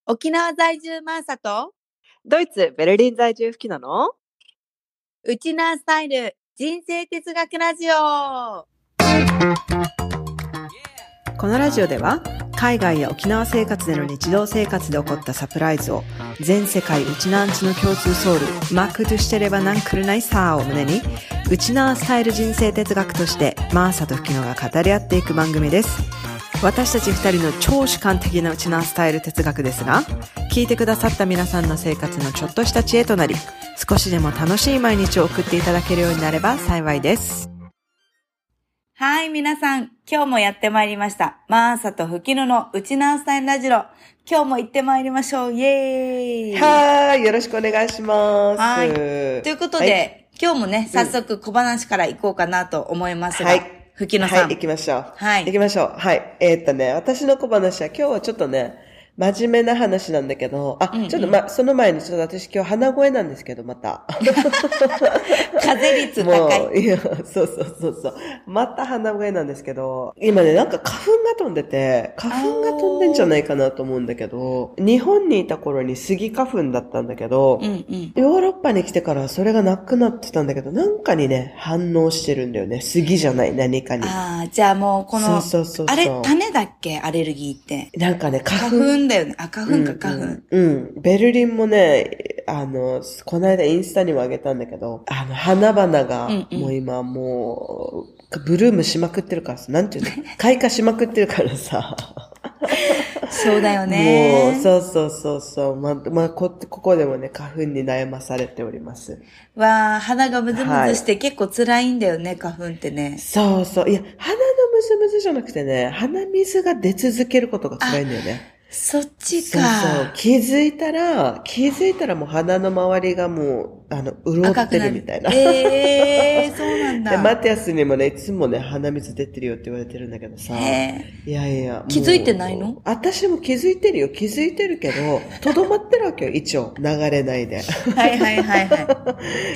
沖縄在住マーサとドイツ・ベルリン在住フキナのウチナースタイル人生哲学ラジオ。 このラジオでは海外や沖縄生活での日常生活で起こったサプライズを全世界ウチナーンチの共通ソウルマックとしてればなんくるないさーを胸にウチナースタイル人生哲学としてマーサとフキノが語り合っていく番組です。私たち二人の超主観的なウチナースタイル哲学ですが、聞いてくださった皆さんの生活のちょっとした知恵となり、少しでも楽しい毎日を送っていただけるようになれば幸いです。 はい、皆さん、今日もやってまいりました。マーサとフキノのウチナースタイルラジオ。今日も行ってまいりましょう。イエーイ。 はい、よろしくお願いします。 はい。ということで、はい、今日もね、早速小話から行こうかなと思いますが、はい。フキノさん。 はい、行きましょう。 はい。 行きましょう。はい。私の小話は今日はちょっとね、真面目な話なんだけど、ちょっとその前にちょっと私今日鼻声なんですけど、また。 風邪率高い。 いや、そう。また鼻声なんですけど、今ね、なんか花粉が飛んでて、花粉が飛んでんじゃないかなと思うんだけど、日本にいた頃にスギ花粉だったんだけど、ヨーロッパに来てからそれがなくなってたんだけど、なんかにね、反応してるんだよね。スギじゃない、何かに。 じゃあもうこの、 そう。 あれ、種だっけアレルギーって。なんかね、 花粉だよね。花粉か、花粉。 ベルリンもね、この間インスタにもあげたんだけど、花々が、もう今もう、ブルームしまくってるからさ、なんていうの開花しまくってるからさ。 そうだよね。 もう、そう。ここでもね、花粉に悩まされております。 鼻がムズムズして結構辛いんだよね、花粉ってね。 そう。いや、鼻のムズムズじゃなくてね、鼻水が出続けることが辛いんだよね。 そっちか。 そう。気づいたらもう鼻の周りがもう、潤ってるみたいな。 そうなんだ。 で、マティアスにもね、いつもね、鼻水出てるよって言われてるんだけどさ。いや。 気づいてないの？ 私も気づいてるよ。気づいてるけど、とどまってるわけよ、一応。流れないで。 はい。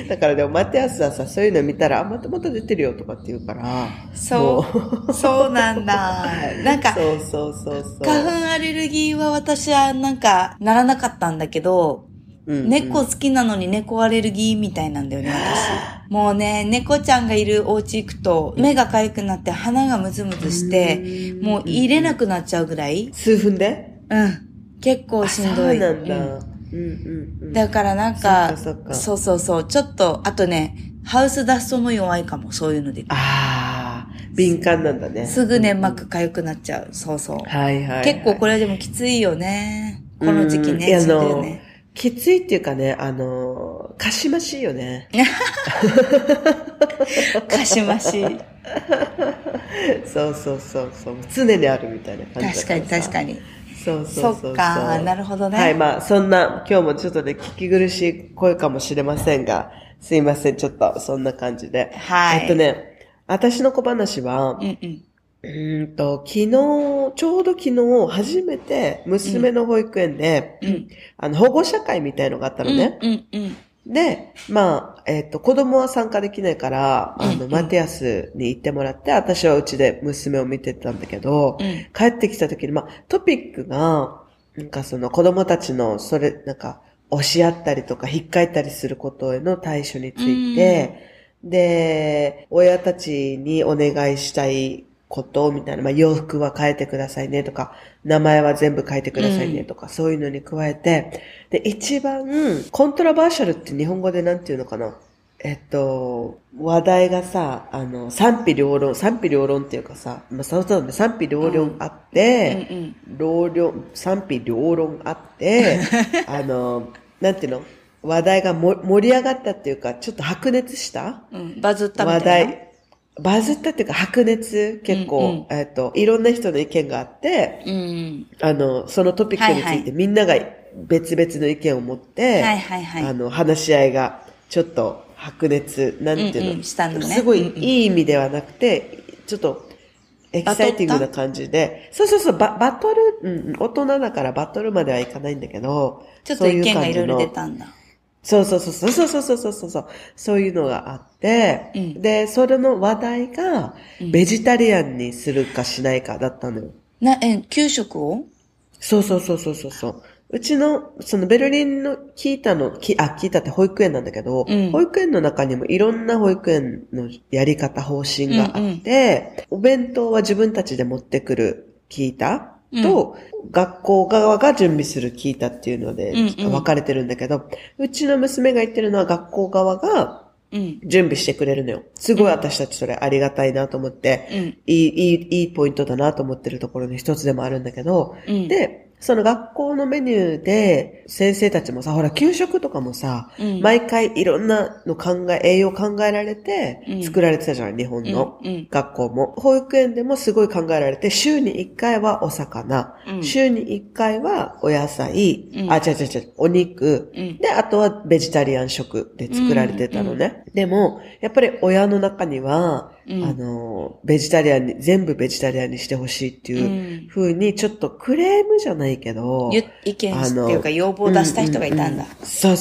だからでもマティアスはさ、そういうの見たら、また出てるよとかって言うから。 そうなんだ。なんか、 そう。 花粉アレルギーは私はなんか、ならなかったんだけど、猫好きなのに猫アレルギーみたいなんだよね、私。もうね、猫ちゃんがいるお家行くと、目が痒くなって鼻がムズムズして、もう入れなくなっちゃうぐらい。 数分で？ 結構しんどい。 そうなんだ。 だからなんか、そう。ちょっと、あとね、ハウスダストも弱いかも、そういうので。 敏感なんだね。 すぐ粘膜痒くなっちゃう。そう。 はい。 結構これでもきついよね。この時期ね。 きついっていうかね、かしましいよね。 かしましい。 そう。常にあるみたいな感じだから。 確かに。 そう。 そっか、なるほどね。 はい、そんな、今日もちょっとね、聞き苦しい声かもしれませんが、すいません、ちょっと、そんな感じで。 はい。 私の小話は、ちょうど昨日、初めて、娘の保育園で、保護者会みたいのがあったのね。で、子供は参加できないから、マティアスに行ってもらって、私はうちで娘を見てたんだけど、帰ってきた時に、トピックが、なんかその子供たちの、押し合ったりとか、引っかいたりすることへの対処について、で、親たちにお願いしたいことみたいな、洋服は変えてくださいねとか、名前は全部変えてくださいねとか、そういうのに加えて、で、一番、コントラバーシャルって日本語でなんていうのかな。話題がさ、賛否両論っていうかさ、そうだね、賛否両論あって、賛否両論あって、なんていうの話題が盛り上がったっていうか、ちょっと白熱した、 バズったみたいな。 バズったっていうか白熱結構、いろんな人の意見があって、そのトピックについてみんなが別々の意見を持って、話し合いがちょっと白熱、なんていうの、 したのね、 すごいいい意味ではなくて、ちょっとエキサイティングな感じで、バトル、大人だからバトルまではいかないんだけど、 ちょっと意見がいろいろ出たんだ。 そう。そういうのがあって、で、それの話題が、ベジタリアンにするかしないかだったのよ。 給食を？ そう。 うちの、そのベルリンのキータって保育園なんだけど、保育園の中にもいろんな保育園のやり方、方針があって、お弁当は自分たちで持ってくるキータと、学校側が準備するキータっていうので分かれてるんだけど、うちの娘が言ってるのは学校側が準備してくれるのよ。すごい私たちそれありがたいなと思って、いいポイントだなと思ってるところの一つでもあるんだけど、で、その学校のメニューで、先生たちもさ、ほら、給食とかもさ、毎回いろんなの栄養考えられて、作られてたじゃん、日本の学校も。保育園でもすごい考えられて、週に1回はお魚、週に1回はお野菜、お肉、で、あとはベジタリアン食で作られてたのね。でも、やっぱり親の中には、全部ベジタリアンにしてほしいっていう風に、ちょっとクレームじゃないけど、 意見っていうか要望を出した人がいたんだ。 そう。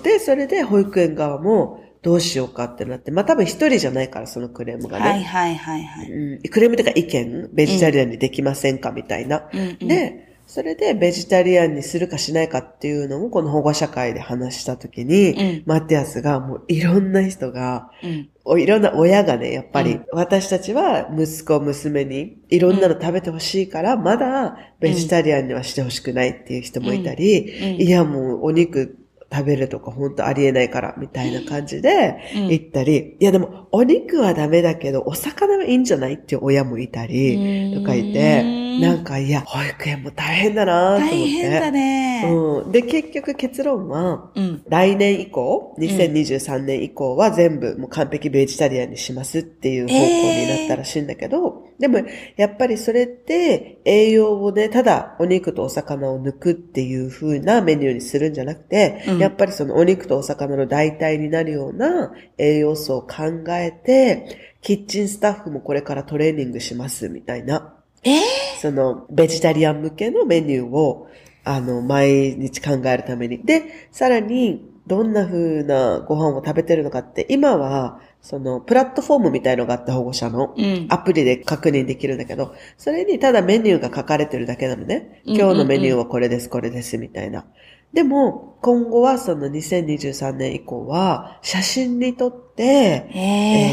で、それで保育園側もどうしようかってなって、まあ多分一人じゃないから、そのクレームがね。クレームというか意見、ベジタリアンにできませんかみたいな。で、それでベジタリアンにするかしないかっていうのもこの保護者会で話したときに、マティアスがもういろんな人が、いろんな親がね、やっぱり、私たちは息子、娘にいろんなの食べてほしいから、まだベジタリアンにはしてほしくないっていう人もいたり、いやもうお肉食べるとか本当ありえないから、みたいな感じで言ったり、いやでもお肉はダメだけど、お魚はいいんじゃないっていう親もいたり、とかいて、なんかいや、保育園も大変だなと思って。 大変だね。 で、結局結論は、来年以降、2023年以降は全部もう完璧ベジタリアンにしますっていう方向になったらしいんだけど、でもやっぱりそれって栄養をね、ただお肉とお魚を抜くっていう風なメニューにするんじゃなくて、やっぱりそのお肉とお魚の代替になるような栄養素を考えて、キッチンスタッフもこれからトレーニングしますみたいな。そのベジタリアン向けのメニューを毎日考えるために。で、さらにどんな風なご飯を食べてるのかって、今はそのプラットフォームみたいのがあって保護者のアプリで確認できるんだけど、それにただメニューが書かれてるだけなのね。今日のメニューはこれです、これですみたいな。でも、今後はその2023年以降は、写真に撮って、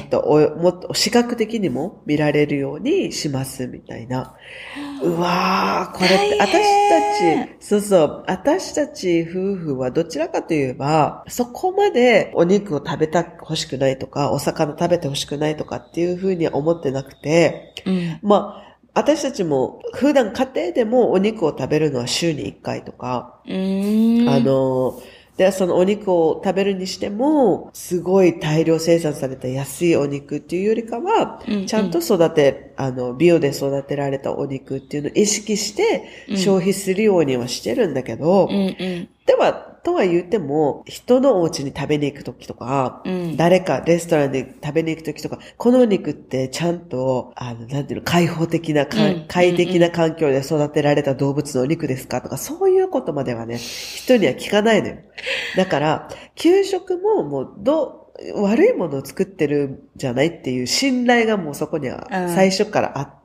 もっと視覚的にも見られるようにしますみたいな。うわー、これって私たち夫婦はどちらかといえば、そこまでお肉を食べてほしくないとか、お魚食べてほしくないとかっていうふうには思ってなくて、まあ、私たちも普段家庭でもお肉を食べるのは週に1回とか、で、そのお肉を食べるにしても、すごい大量生産された安いお肉っていうよりかは、ちゃんとビオで育てられたお肉っていうのを意識して消費するようにはしてるんだけど、とは言っても、人のお家に食べに行くときとか、誰かレストランで食べに行くときとか、このお肉ってちゃんと、開放的な、快適な環境で育てられた動物のお肉ですかとか、そういうことまではね、人には聞かないのよ。だから、給食ももう悪いものを作ってるんじゃないっていう信頼がもうそこには最初からあって、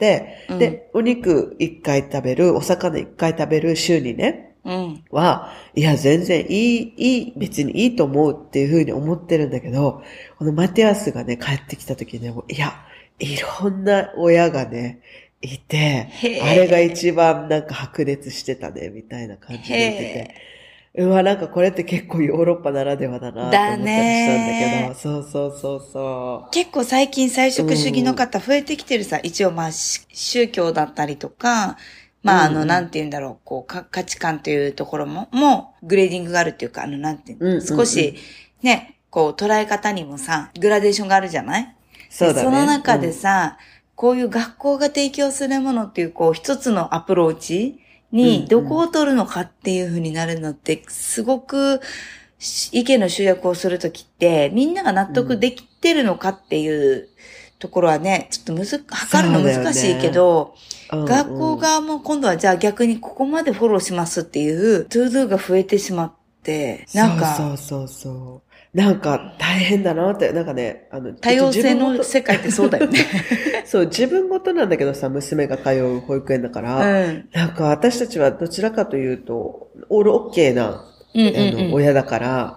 で、お肉1回食べる、お魚1回食べる週にね、いや、全然別にいいと思うっていうふうに思ってるんだけど、このマティアスがね、帰ってきた時ね、いや、いろんな親がね、いて、あれが一番なんか白熱してたね、みたいな感じで言ってて。なんかこれって結構ヨーロッパならではだなと思ったりしたんだけど、そう。 結構最近菜食主義の方増えてきてるさ、一応宗教だったりとか、なんて言うんだろう、価値観というところもグレーディングがあるっていうか、なんていうの、少し、ね、捉え方にもさ、グラデーションがあるじゃない？そうだね。その中でさ、こういう学校が提供するものっていう、一つのアプローチに、どこを取るのかっていう風になるのって、すごく、意見の集約をするときって、みんなが納得できてるのかっていうところはね、ちょっと測るの難しいけど、学校側も今度はじゃあ逆にここまでフォローしますっていうトゥードゥが増えてしまって、なんか。 そう。 なんか大変だなって、なんかね、 多様性の世界ってそうだよね。 そう、自分ごとなんだけどさ、娘が通う保育園だから、なんか私たちはどちらかというと、オールオッケーな、親だから、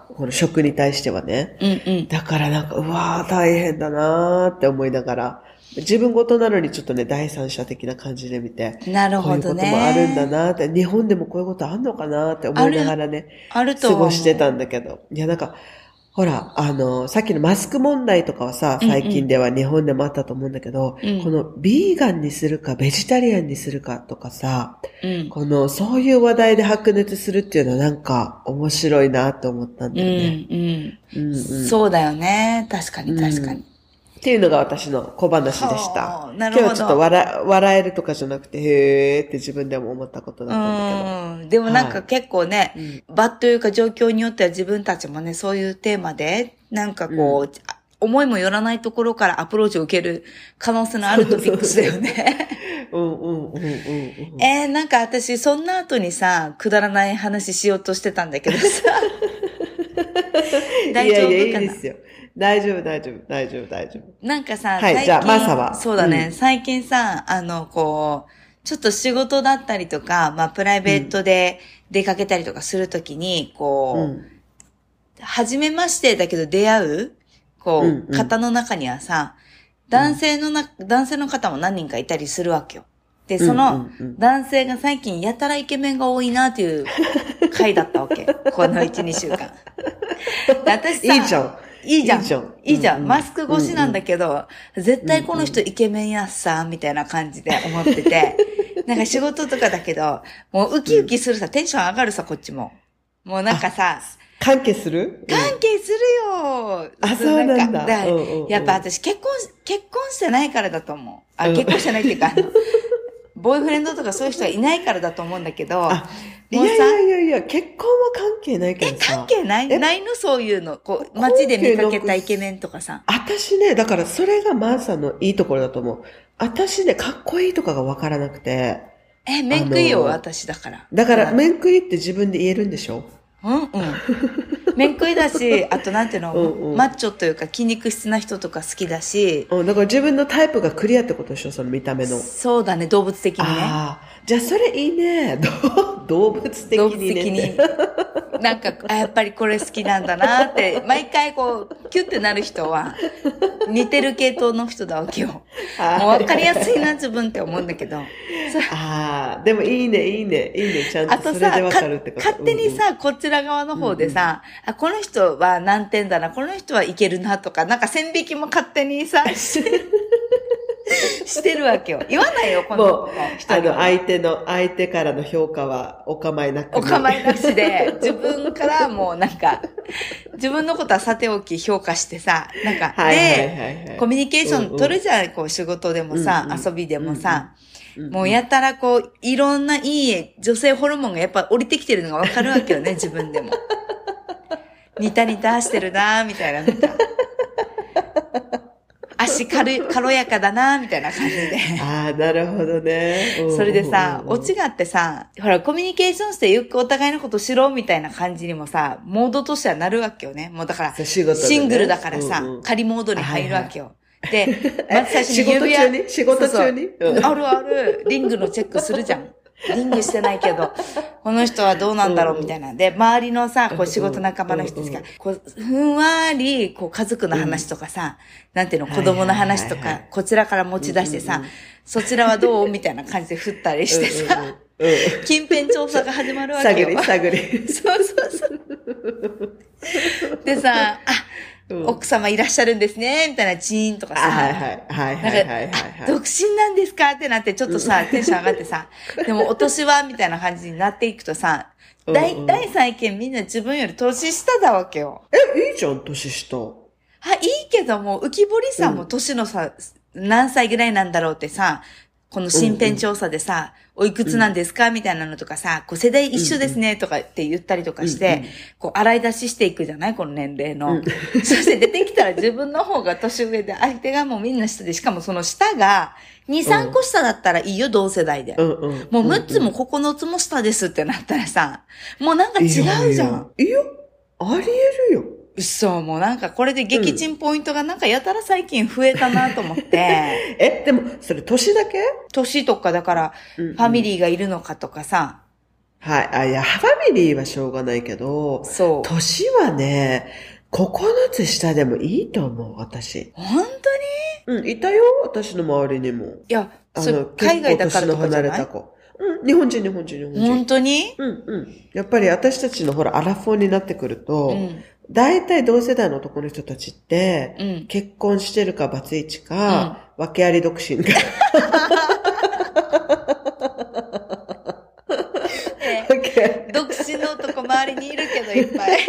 この食に対してはね。だからなんか、うわー大変だなーって思いながら、自分ごとなのにちょっとね、第三者的な感じで見て。 なるほどね。 こういうこともあるんだなって、日本でもこういうことあんのかなって思いながらね、過ごしてたんだけど。いや、なんか、ほら、さっきのマスク問題とかはさ、最近では日本でもあったと思うんだけど、このビーガンにするか、ベジタリアンにするかとかさ、そういう話題で白熱するっていうのはなんか面白いなと思ったんだよね。 そうだよね。確かに確かに。 っていうのが私の小話でした。なるほど。今日はちょっと笑えるとかじゃなくて、へーって自分でも思ったことだったんだけど。 でもなんか結構ね、場というか状況によっては自分たちもね、そういうテーマで、なんかこう、思いもよらないところからアプローチを受ける可能性のあるトピックスだよね。なんか私、そんな後にさ、くだらない話しようとしてたんだけどさ。大丈夫かな？いやいですよ。 大丈夫。 なんかさ、 はい、じゃあ、マサは。 そうだね、最近さ、こう、ちょっと仕事だったりとか、まあ、プライベートで出かけたりとかするときに、こう、初めましてだけど出会う、こう、方の中にはさ、男性の方も何人かいたりするわけよ。で、その男性が最近やたらイケメンが多いなっていう回だったわけ。この1、2週間。私さ、 いいじゃん。 いいじゃん。マスク越しなんだけど、絶対この人イケメンやっさ、みたいな感じで思ってて、なんか仕事とかだけど、もうウキウキするさ、テンション上がるさ、こっちも。もうなんかさ、 関係するよ。 そうなんだ。 やっぱ私結婚してないからだと思う。結婚してないっていうか、ボーイフレンドとかそういう人はいないからだと思うんだけど、 いや、結婚は関係ないからさ。 関係ないのそういうの。こう、街で見かけたイケメンとかさ。 私ね、だからそれがマーサのいいところだと思う。私ね、かっこいいとかがわからなくて。 面食いよ、私だから。 だから、面食いって自分で言えるんでしょ？ 面食いだし、あとなんていうの、マッチョというか筋肉質な人とか好きだし。 だから自分のタイプがクリアってことでしょ？その見た目の。 そうだね、動物的にね。 じゃあそれいいね。動物的に。 なんか、やっぱりこれ好きなんだなって、毎回こう、キュッてなる人は、似てる系統の人だわけよ。もう分かりやすいな、自分って思うんだけど。 でもいいね。ちゃんとそれで分かるってこと。 勝手にさ、こちら側の方でさ、この人は何点だな、この人はいけるなとか、なんか線引きも勝手にさ、してるわけよ。言わないよ、この人に。相手からの評価はお構いなく。 お構いなしで、自分からもうなんか、自分のことはさておき評価してさ、なんか、で、コミュニケーション取るじゃん、こう仕事でもさ、遊びでもさ、もうやたらこう、いろんないい女性ホルモンがやっぱ降りてきてるのがわかるわけよね、自分でも。ニタニタしてるなーみたいな、なんか。足軽やかだなみたいな感じで。 なるほどね。 それでさ、オチがあってさ、ほら、コミュニケーションしてゆっくお互いのこと知ろうみたいな感じにもさ、モードとしてはなるわけよね。もうだから、シングルだからさ、仮モードに入るわけよ。で、まず最初に仕事中にある、リングのチェックするじゃん。リングしてないけど、この人はどうなんだろうみたいな。で、周りのさ、こう仕事仲間の人たちが、こう、ふんわり、こう家族の話とかさ、なんていうの、子供の話とか、こちらから持ち出してさ、そちらはどうみたいな感じで振ったりしてさ、近辺調査が始まるわけよ。 探り。 そう。でさ、奥様いらっしゃるんですね、みたいなチーンとかさ。独身なんですかってなって、ちょっとさ、テンション上がってさ、でもお年はみたいな感じになっていくとさ、だいたい最近みんな自分より年下だわけよ。 いいじゃん、年下。 いいけども、浮き彫りさんも年のさ、何歳ぐらいなんだろうってさ、この身辺調査でさ、おいくつなんですかみたいなのとかさ、こう世代一緒ですねとかって言ったりとかして、こう洗い出ししていくじゃないこの年齢の。そして出てきたら自分の方が年上で、相手がもうみんな下で、しかもその下が2、3個下だったらいいよ、同世代で。もう6つも9つも下ですってなったらさ、もうなんか違うじゃん。 いや、ありえるよ。 嘘、もうなんかこれで撃沈ポイントがなんかやたら最近増えたなと思って。 でも、それ年だけ？ 年とかだから、ファミリーがいるのかとかさ。 はい。いや、ファミリーはしょうがないけど、 そう。 年はね、9つ下でもいいと思う、私。 本当に？いたよ、私の周りにも。 いや、海外だからとかじゃない？ 日本人。 本当に？ やっぱり私たちのほら、アラフォーになってくると、大体同世代の男の人たちって、結婚してるかバツイチか、訳あり独身か。 独身の男周りにいるけどいっぱい。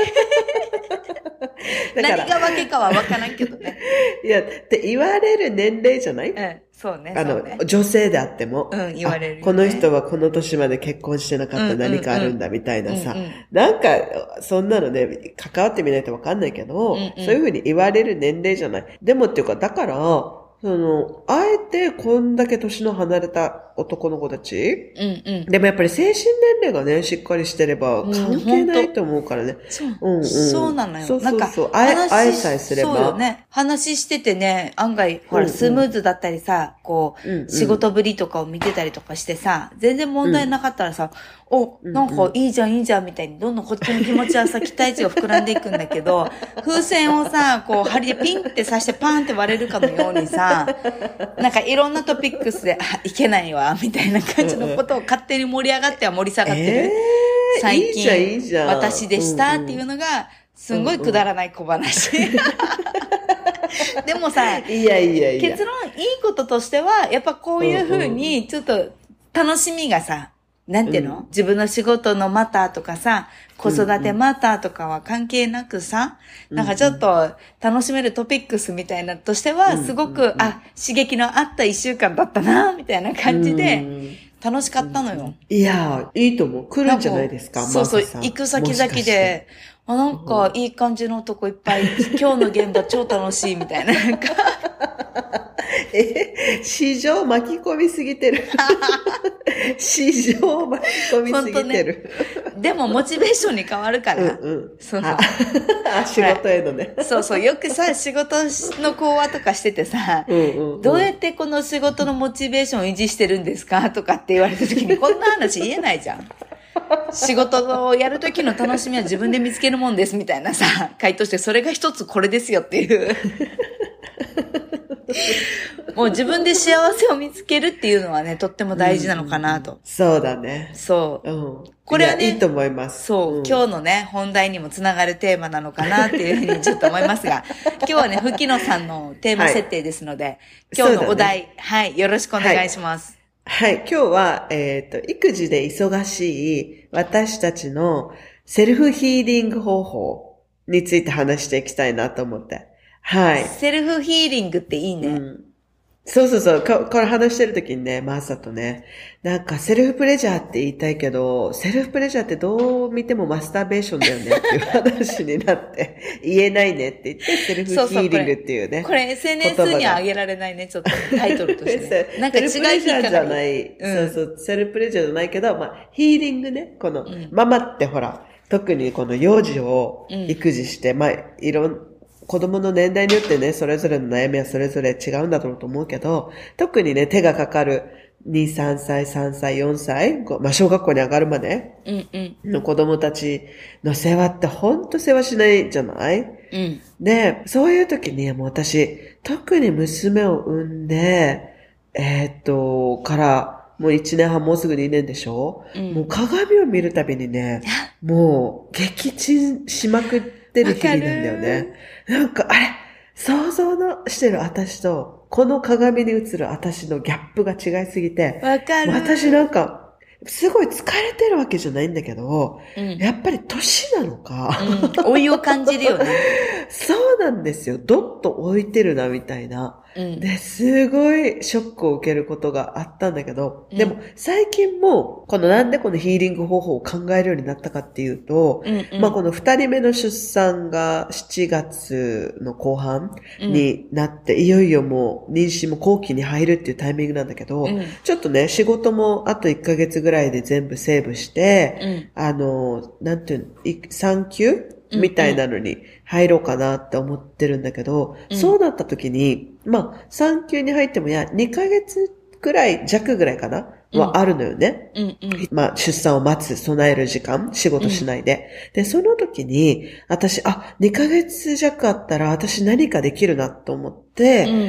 何が訳かは分からんけどね。 いや、って言われる年齢じゃない？ そうね。 女性であっても。 言われる、ね。 この人はこの年まで結婚してなかった何かあるんだみたいなさ。なんか、そんなのね、関わってみないと分かんないけど、そういうふうに言われる年齢じゃない。でもっていうか、だから、あえてこんだけ年の離れた男の子たち、でもやっぱり精神年齢がね、しっかりしてれば関係ないと思うからね。 そうなのよ。 そう。愛さえすれば。 そうよね。話しててね、案外、ほら、スムーズだったりさ、こう、仕事ぶりとかを見てたりとかしてさ、全然問題なかったらさ、なんかいいじゃん、みたいに、どんどんこっちの気持ちはさ、期待値が膨らんでいくんだけど、風船をさ、こう、針でピンって刺してパーンって割れるかのようにさ、なんかいろんなトピックスで、いけないわ、みたいな感じのことを勝手に盛り上がっては盛り下がってる。最近、私でしたっていうのが、すんごいくだらない小話。でもさ、結論、いいこととしては、やっぱこういう風に、ちょっと楽しみがさ、なんていうの？自分の仕事のマターとかさ、子育てマターとかは関係なくさ、なんかちょっと楽しめるトピックスみたいなとしては、すごく、刺激のあった一週間だったな、みたいな感じで、楽しかったのよ。 いや、いいと思う。来るんじゃないですか？ そう、行く先々で、なんかいい感じの男いっぱい、今日の現場超楽しいみたいな、なんか。 市場巻き込みすぎてる。市場巻き込みすぎてる。 でもモチベーションに変わるから。 そう。仕事へのね。 そう。よくさ、仕事の講話とかしててさ、どうやってこの仕事のモチベーションを維持してるんですかとかって言われた時にこんな話言えないじゃん。仕事をやる時の楽しみは自分で見つけるもんですみたいなさ、回答してそれが一つこれですよっていう。もう自分で幸せを見つけるっていうのはね、とっても大事なのかなと。 そうだね。 そう。これはね、 いいと思います。 そう、今日のね、本題にもつながるテーマなのかなっていうふうにちょっと思いますが、今日はね、吹野さんのテーマ設定ですので、今日のお題、はい、よろしくお願いします。 はい、今日は、育児で忙しい私たちのセルフヒーリング方法について話していきたいなと思って。はい。 セルフヒーリングっていいね。 そう。これ話してる時にね、マーサとね、なんかセルフプレジャーって言いたいけど、セルフプレジャーってどう見てもマスターベーションだよねっていう話になって、言えないねって言って、セルフヒーリングっていうね。 これ SNS には上げられないね、ちょっとタイトルとして、ね。なんか違いセルフプレジャーじゃない。そう、セルフプレジャーじゃないけど、ヒーリングね、この、ママってほら、特にこの幼児を育児して、子供の年代によってね、それぞれの悩みはそれぞれ違うんだろうと思うけど、特にね、手がかかる2、3歳、3歳、4歳、小学校に上がるまでの子供たちの世話ってほんと世話しないじゃない？で、そういう時にもう私、特に娘を産んで、からもう1年半、もうすぐ2年でしょ？もう鏡を見るたびにね、もう撃沈しまくってる日々なんだよね。なんか、想像のしてる私と、この鏡に映る私のギャップが違いすぎて、私なんか、すごい疲れてるわけじゃないんだけど、やっぱり年なのか、 老いを感じるよね。 そうなんですよ。どっと置いてるな、みたいな。で、すごいショックを受けることがあったんだけど、でも最近も、なんでこのヒーリング方法を考えるようになったかっていうと、この2人目の出産が7月の後半になって、いよいよもう妊娠も後期に入るっていうタイミングなんだけど、ちょっとね、仕事もあと1ヶ月ぐらいで全部セーブして、なんていうの、産休みたいなのに入ろうかなって思ってるんだけど、そうなった時に、まあ、産休に入っても2ヶ月くらい、弱ぐらいかなはあるのよね。まあ、出産を待つ、備える時間、仕事しないで。で、その時に、私、2ヶ月弱あったら私何かできるなと思って、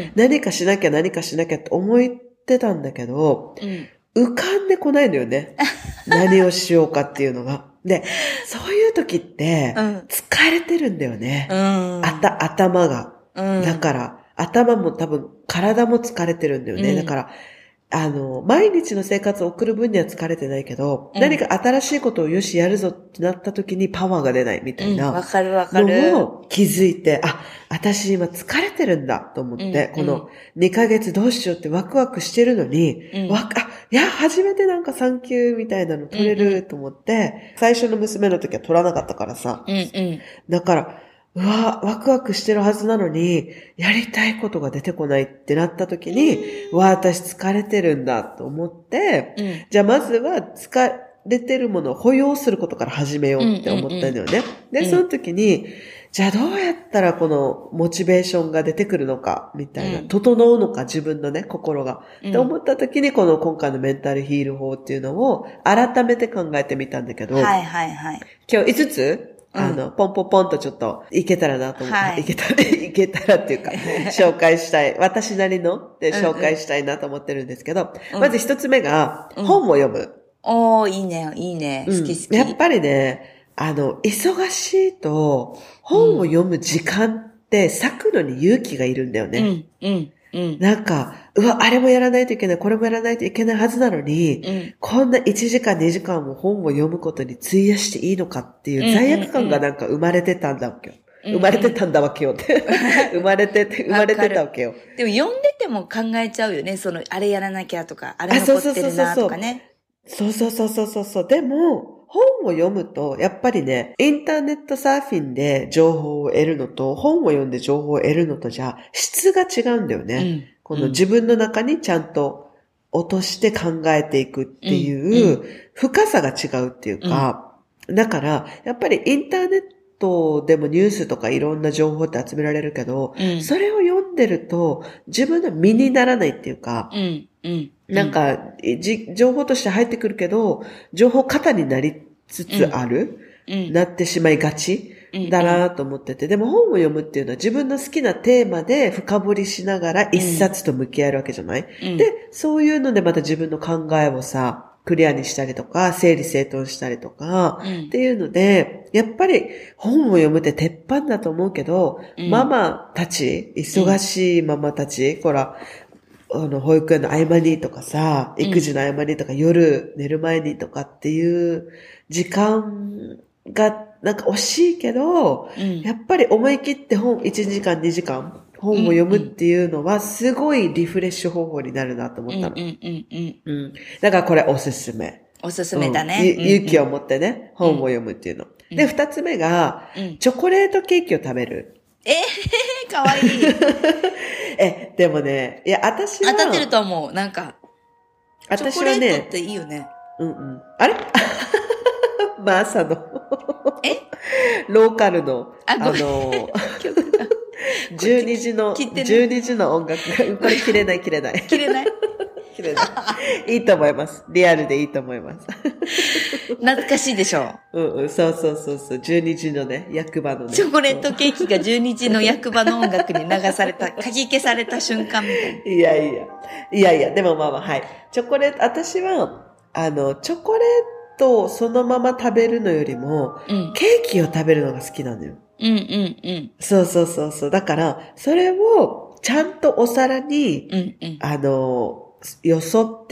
何かしなきゃって思ってたんだけど、浮かんでこないのよね。何をしようかっていうのが。で、そういう時って、疲れてるんだよね。頭が。だから、頭も多分、体も疲れてるんだよね。だから、毎日の生活を送る分には疲れてないけど、何か新しいことをよしやるぞってなった時にパワーが出ないみたいな。 わかるわかる。 のを気づいて、私今疲れてるんだと思って、この2ヶ月どうしようってワクワクしてるのに、初めてなんか産休みたいなの取れると思って、最初の娘の時は取らなかったからさ。だから、ワクワクしてるはずなのに、やりたいことが出てこないってなった時に、私疲れてるんだと思って、じゃあまずは疲れてるものを保養することから始めようって思ったんだよね。で、その時に、じゃあどうやったらこのモチベーションが出てくるのか、みたいな、整うのか自分のね、心が。って思った時に、この今回のメンタルヒール法っていうのを改めて考えてみたんだけど、今日5つポンポンポンとちょっといけたらなと思って、いけたらっていうか、紹介したい。私なりので紹介したいなと思ってるんですけど、まず一つ目が、本を読む。 いいね、いいね。好き好き。 やっぱりね、忙しいと、本を読む時間って割くのに勇気がいるんだよね。なんか、あれもやらないといけない、これもやらないといけないはずなのに、こんな1時間2時間も本を読むことに費やしていいのかっていう罪悪感がなんか生まれてたんだわけよ。生まれてたわけよ。 でも読んでても考えちゃうよね。あれやらなきゃとか、あれ残ってるなとかね。 そう。でも、本を読むと、やっぱりね、インターネットサーフィンで情報を得るのと、本を読んで情報を得るのとじゃ、質が違うんだよね。この自分の中にちゃんと落として考えていくっていう、深さが違うっていうか、だから、やっぱりインターネットでもニュースとかいろんな情報って集められるけど、それを読んでると、自分の身にならないっていうか、なんか、情報として入ってくるけど、情報過多になりつつある、なってしまいがちだなと思ってて、でも本を読むっていうのは自分の好きなテーマで深掘りしながら一冊と向き合えるわけじゃない、で、そういうのでまた自分の考えをさ、クリアにしたりとか、整理整頓したりとか、っていうので、やっぱり本を読むって鉄板だと思うけど、ママたち、忙しいママたち、保育園の合間にとかさ、育児の合間にとか、夜寝る前にとかっていう時間がなんか惜しいけど、やっぱり思い切って1時間2時間本を読むっていうのはすごいリフレッシュ方法になるなと思ったの。だからこれおすすめ。 おすすめだね。 勇気を持ってね、本を読むっていうの。で、2つ目が、チョコレートケーキを食べる。 かわいい。 でもね、いや、私は。 当たってると思う。なんか。私はね。チョコレートっていいよね。 あれまあ、朝の。ローカルの、12時の音楽が、これ切れない。 切れないいいと思います。リアルでいいと思います。 懐かしいでしょ。 そう。12時のね、役場のね。 チョコレートケーキが12時の役場の音楽に流された、かき消された瞬間みたいな。 いや、でもまあ、はい。チョコレート、私は、チョコレートをそのまま食べるのよりも、ケーキを食べるのが好きなのよ。そう。だから、それを、ちゃんとお皿に、よそって、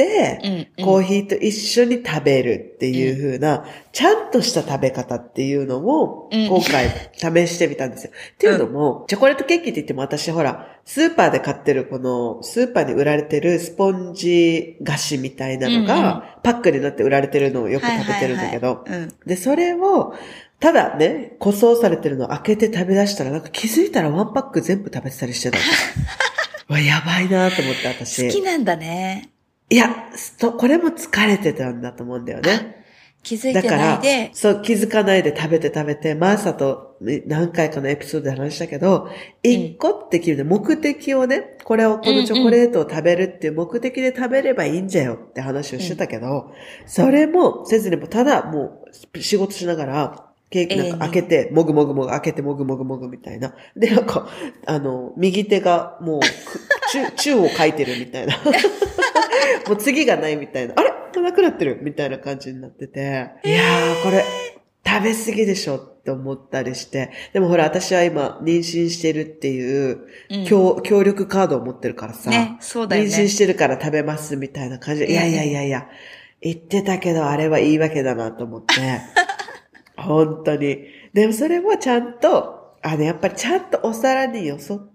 コーヒーと一緒に食べるっていう風な、ちゃんとした食べ方っていうのを、今回試してみたんですよ。っていうのも、チョコレートケーキって言っても私ほら、スーパーで買ってるスーパーに売られてるスポンジ菓子みたいなのが、パックになって売られてるのをよく食べてるんだけど、で、それを、ただね、個装されてるのを開けて食べ出したら、なんか気づいたらワンパック全部食べてたりしてた。やばいなと思って私。 好きなんだね。 いや、これも疲れてたんだと思うんだよね。 気づいてないで。 そう、気づかないで食べて、マーサと何回かのエピソードで話したけど、1個って決めて目的をね、このチョコレートを食べるっていう目的で食べればいいんじゃよって話をしてたけど、それもせずにもただもう仕事しながら、ケーキなんか開けて、もぐもぐ開けてもぐもぐみたいな。で、なんか、右手がもう、宙を書いてるみたいな。もう次がないみたいな。あれなくなってるみたいな感じになってて。いやー、これ、食べ過ぎでしょって思ったりして。でもほら、私は今、妊娠してるっていう、協力カードを持ってるからさ。 ね、そうだよね。 妊娠してるから食べますみたいな感じで。いや、言ってたけど、あれは言い訳だなと思って。本当に。でもそれもちゃんと、やっぱりちゃんとお皿によそって、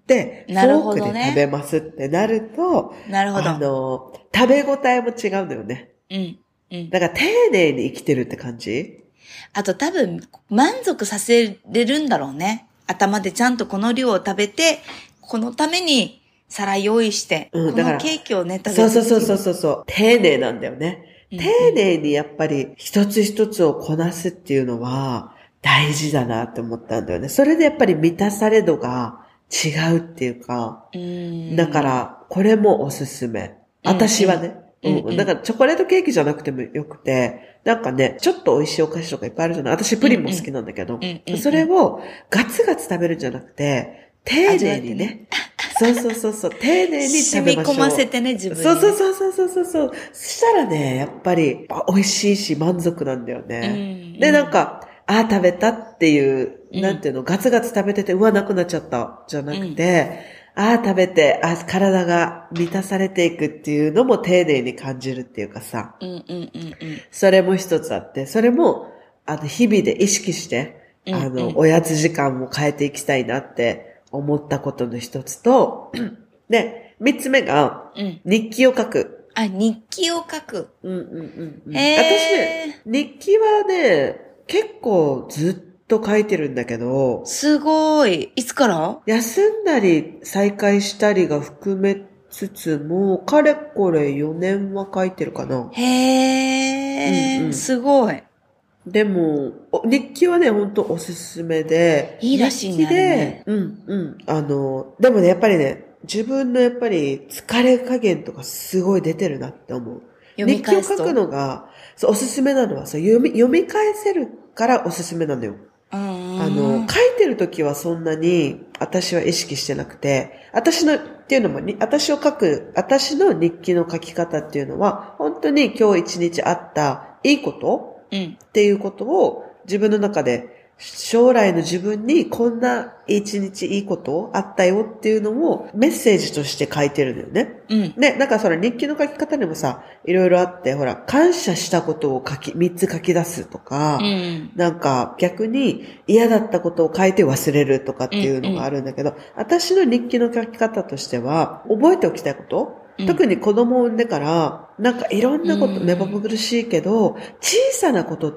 フォークで食べますってなると、 なるほど。 食べ応えも違うんだよね。だから丁寧に生きてるって感じ？ あと多分、満足させれるんだろうね。頭でちゃんとこの量を食べて、このために皿用意して、このケーキをね、食べて。 そう。丁寧なんだよね。丁寧にやっぱり一つ一つをこなすっていうのは大事だなって思ったんだよね。それでやっぱり満たされ度が違うっていうか、だからこれもおすすめ。私はね。だからチョコレートケーキじゃなくてもよくて、なんかね、ちょっと美味しいお菓子とかいっぱいあるじゃない。私プリンも好きなんだけど、それをガツガツ食べるんじゃなくて、丁寧にね。そう。丁寧に食べましょう。 染み込ませてね、自分に。 そう。そしたらね、やっぱり美味しいし満足なんだよね。で、なんか、食べたっていう、なんていうの、ガツガツ食べてて、うわ、なくなっちゃった、じゃなくて、食べて、体が満たされていくっていうのも丁寧に感じるっていうかさ。それも一つあって、それも、日々で意識して、おやつ時間も変えていきたいなって思ったことの一つと、で、三つ目が、日記を書く。 日記を書く。 私ね、日記はね、結構ずっと書いてるんだけど。 すごい。いつから？ 休んだり再開したりが含めつつも、かれこれ4年は書いてるかな。 すごい。 でも、日記はね、ほんとおすすめで。 いいらしいね。 でもね、やっぱりね、自分のやっぱり疲れ加減とかすごい出てるなって思う。日記を書くのが、おすすめなのは読み返せるからおすすめなのよ。書いてるときはそんなに私は意識してなくて、私の日記の書き方っていうのは、本当に今日一日あったいいことっていうことを自分の中で将来の自分にこんな一日いいことあったよっていうのをメッセージとして書いてるのよね。で、なんかその日記の書き方にもさ、いろいろあって、ほら、感謝したことを3つ書き出すとか、なんか逆に嫌だったことを書いて忘れるとかっていうのがあるんだけど、私の日記の書き方としては、覚えておきたいこと、特に子供を産んでから、なんかいろんなこと、目まぐるしいけど、小さなことって、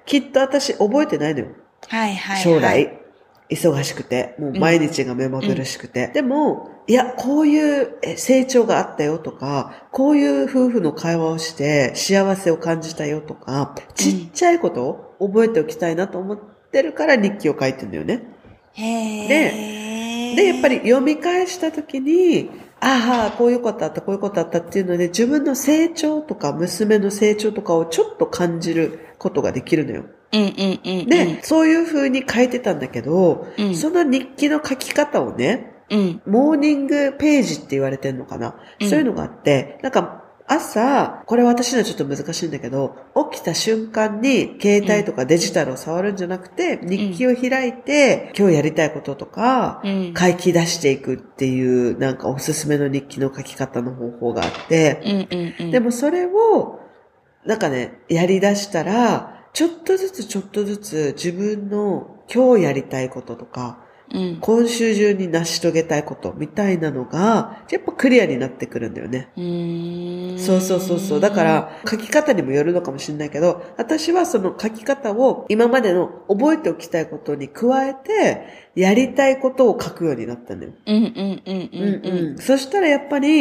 きっと私覚えてないのよ。将来、忙しくて、もう毎日が目まぐるしくて。でも、いや、こういう成長があったよとか、こういう夫婦の会話をして幸せを感じたよとか、ちっちゃいことを覚えておきたいなと思ってるから日記を書いてるんだよね。で、やっぱり読み返したときに、こういうことあった、こういうことあったっていうので、自分の成長とか、娘の成長とかをちょっと感じることができるのよ。で、そういう風に書いてたんだけど、その日記の書き方をね、モーニングページって言われてんのかな、そういうのがあって、なんか朝、これ私にはちょっと難しいんだけど、起きた瞬間に携帯とかデジタルを触るんじゃなくて、日記を開いて、今日やりたいこととか、書き出していくっていう、なんかおすすめの日記の書き方の方法があって、でもそれを、なんかね、やり出したら、ちょっとずつ自分の今日やりたいこととか、今週中に成し遂げたいことみたいなのが、やっぱクリアになってくるんだよね。そう。だから、書き方にもよるのかもしれないけど、私はその書き方を今までの覚えておきたいことに加えて、やりたいことを書くようになったんだよ。そしたらやっぱり、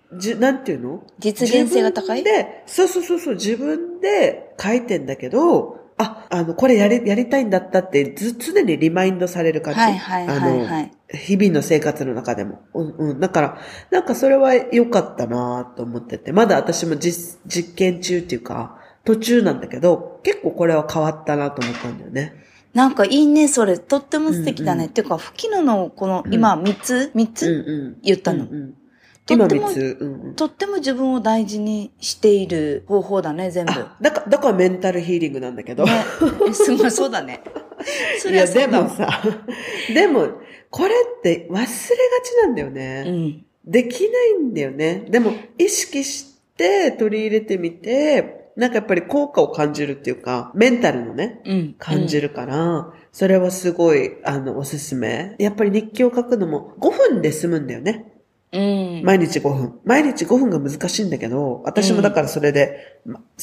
なんていうの？ 実現性が高い？ そう、自分で書いてんだけど、これやりたいんだったって常にリマインドされる感じ。日々の生活の中でも。だから、なんかそれは良かったなと思ってて、まだ私も実験中っていうか、途中なんだけど、結構これは変わったなと思ったんだよね。 なんかいいね、それ。とっても素敵だね。っていうか、吹き野のこの、今3つ言ったの。 今3つ。 とっても自分を大事にしている方法だね、全部。 だからメンタルヒーリングなんだけど。 ね、すごい、そうだね。それはそうだ。 でも、これって忘れがちなんだよね。できないんだよね。でも、意識して取り入れてみて、なんかやっぱり効果を感じるっていうか、メンタルのね、感じるから、それはすごい、おすすめ。やっぱり日記を書くのも5分で済むんだよね。毎日5分。毎日5分が難しいんだけど、私もだからそれで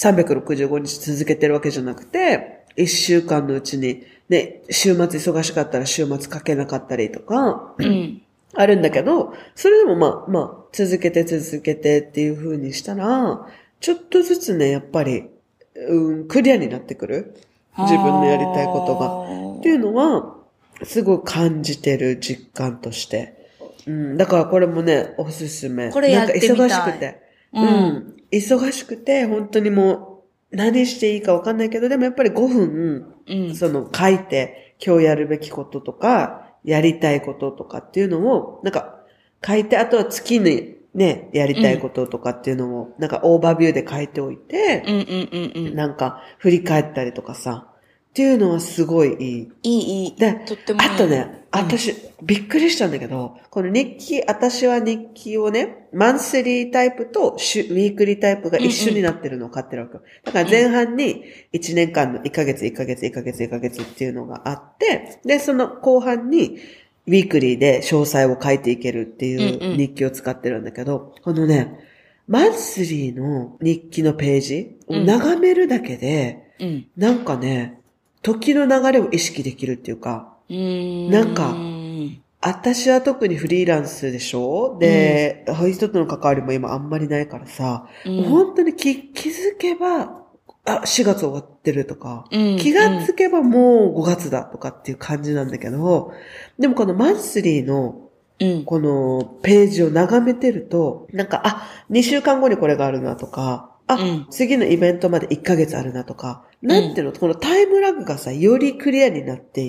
365日続けてるわけじゃなくて、1週間のうちにね、週末忙しかったら週末書けなかったりとか、あるんだけど、それでもまあ、続けてっていう風にしたら、ちょっとずつね、やっぱり、クリアになってくる。自分のやりたいことが。っていうのは、すごい感じてる実感として。だからこれもね、おすすめ。 これやってみたい。 なんか忙しくて。忙しくて、本当にもう、何していいかわかんないけど、でもやっぱり5分、書いて、今日やるべきこととか、やりたいこととかっていうのを、なんか、書いて、あとは月にね、やりたいこととかっていうのを、なんかオーバービューで書いておいて、なんか、振り返ったりとかさ、っていうのはすごいいい。 いい。で、とってもいい。 あとね、私、びっくりしたんだけど、この私は日記をね、マンスリータイプとウィークリータイプが一緒になってるのを買ってるわけよ。だから前半に1年間の1ヶ月っていうのがあって、で、その後半に、ウィークリーで詳細を書いていけるっていう日記を使ってるんだけど、このね、マンスリーの日記のページを眺めるだけで、なんかね、時の流れを意識できるっていうか、なんか、私は特にフリーランスでしょ？で、人との関わりも今あんまりないからさ、本当に気づけば、4月終わってるとか、気がつけばもう5月だとかっていう感じなんだけど、でもこのマンスリーのこのページを眺めてると、なんか、2週間後にこれがあるなとか、次のイベントまで1ヶ月あるなとか、なんていうの、このタイムラグがさ、よりクリアになっていって、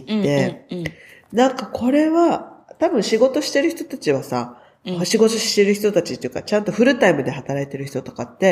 なんかこれは、多分仕事してる人たちはさ、仕事してる人たちっていうか、ちゃんとフルタイムで働いてる人とかって、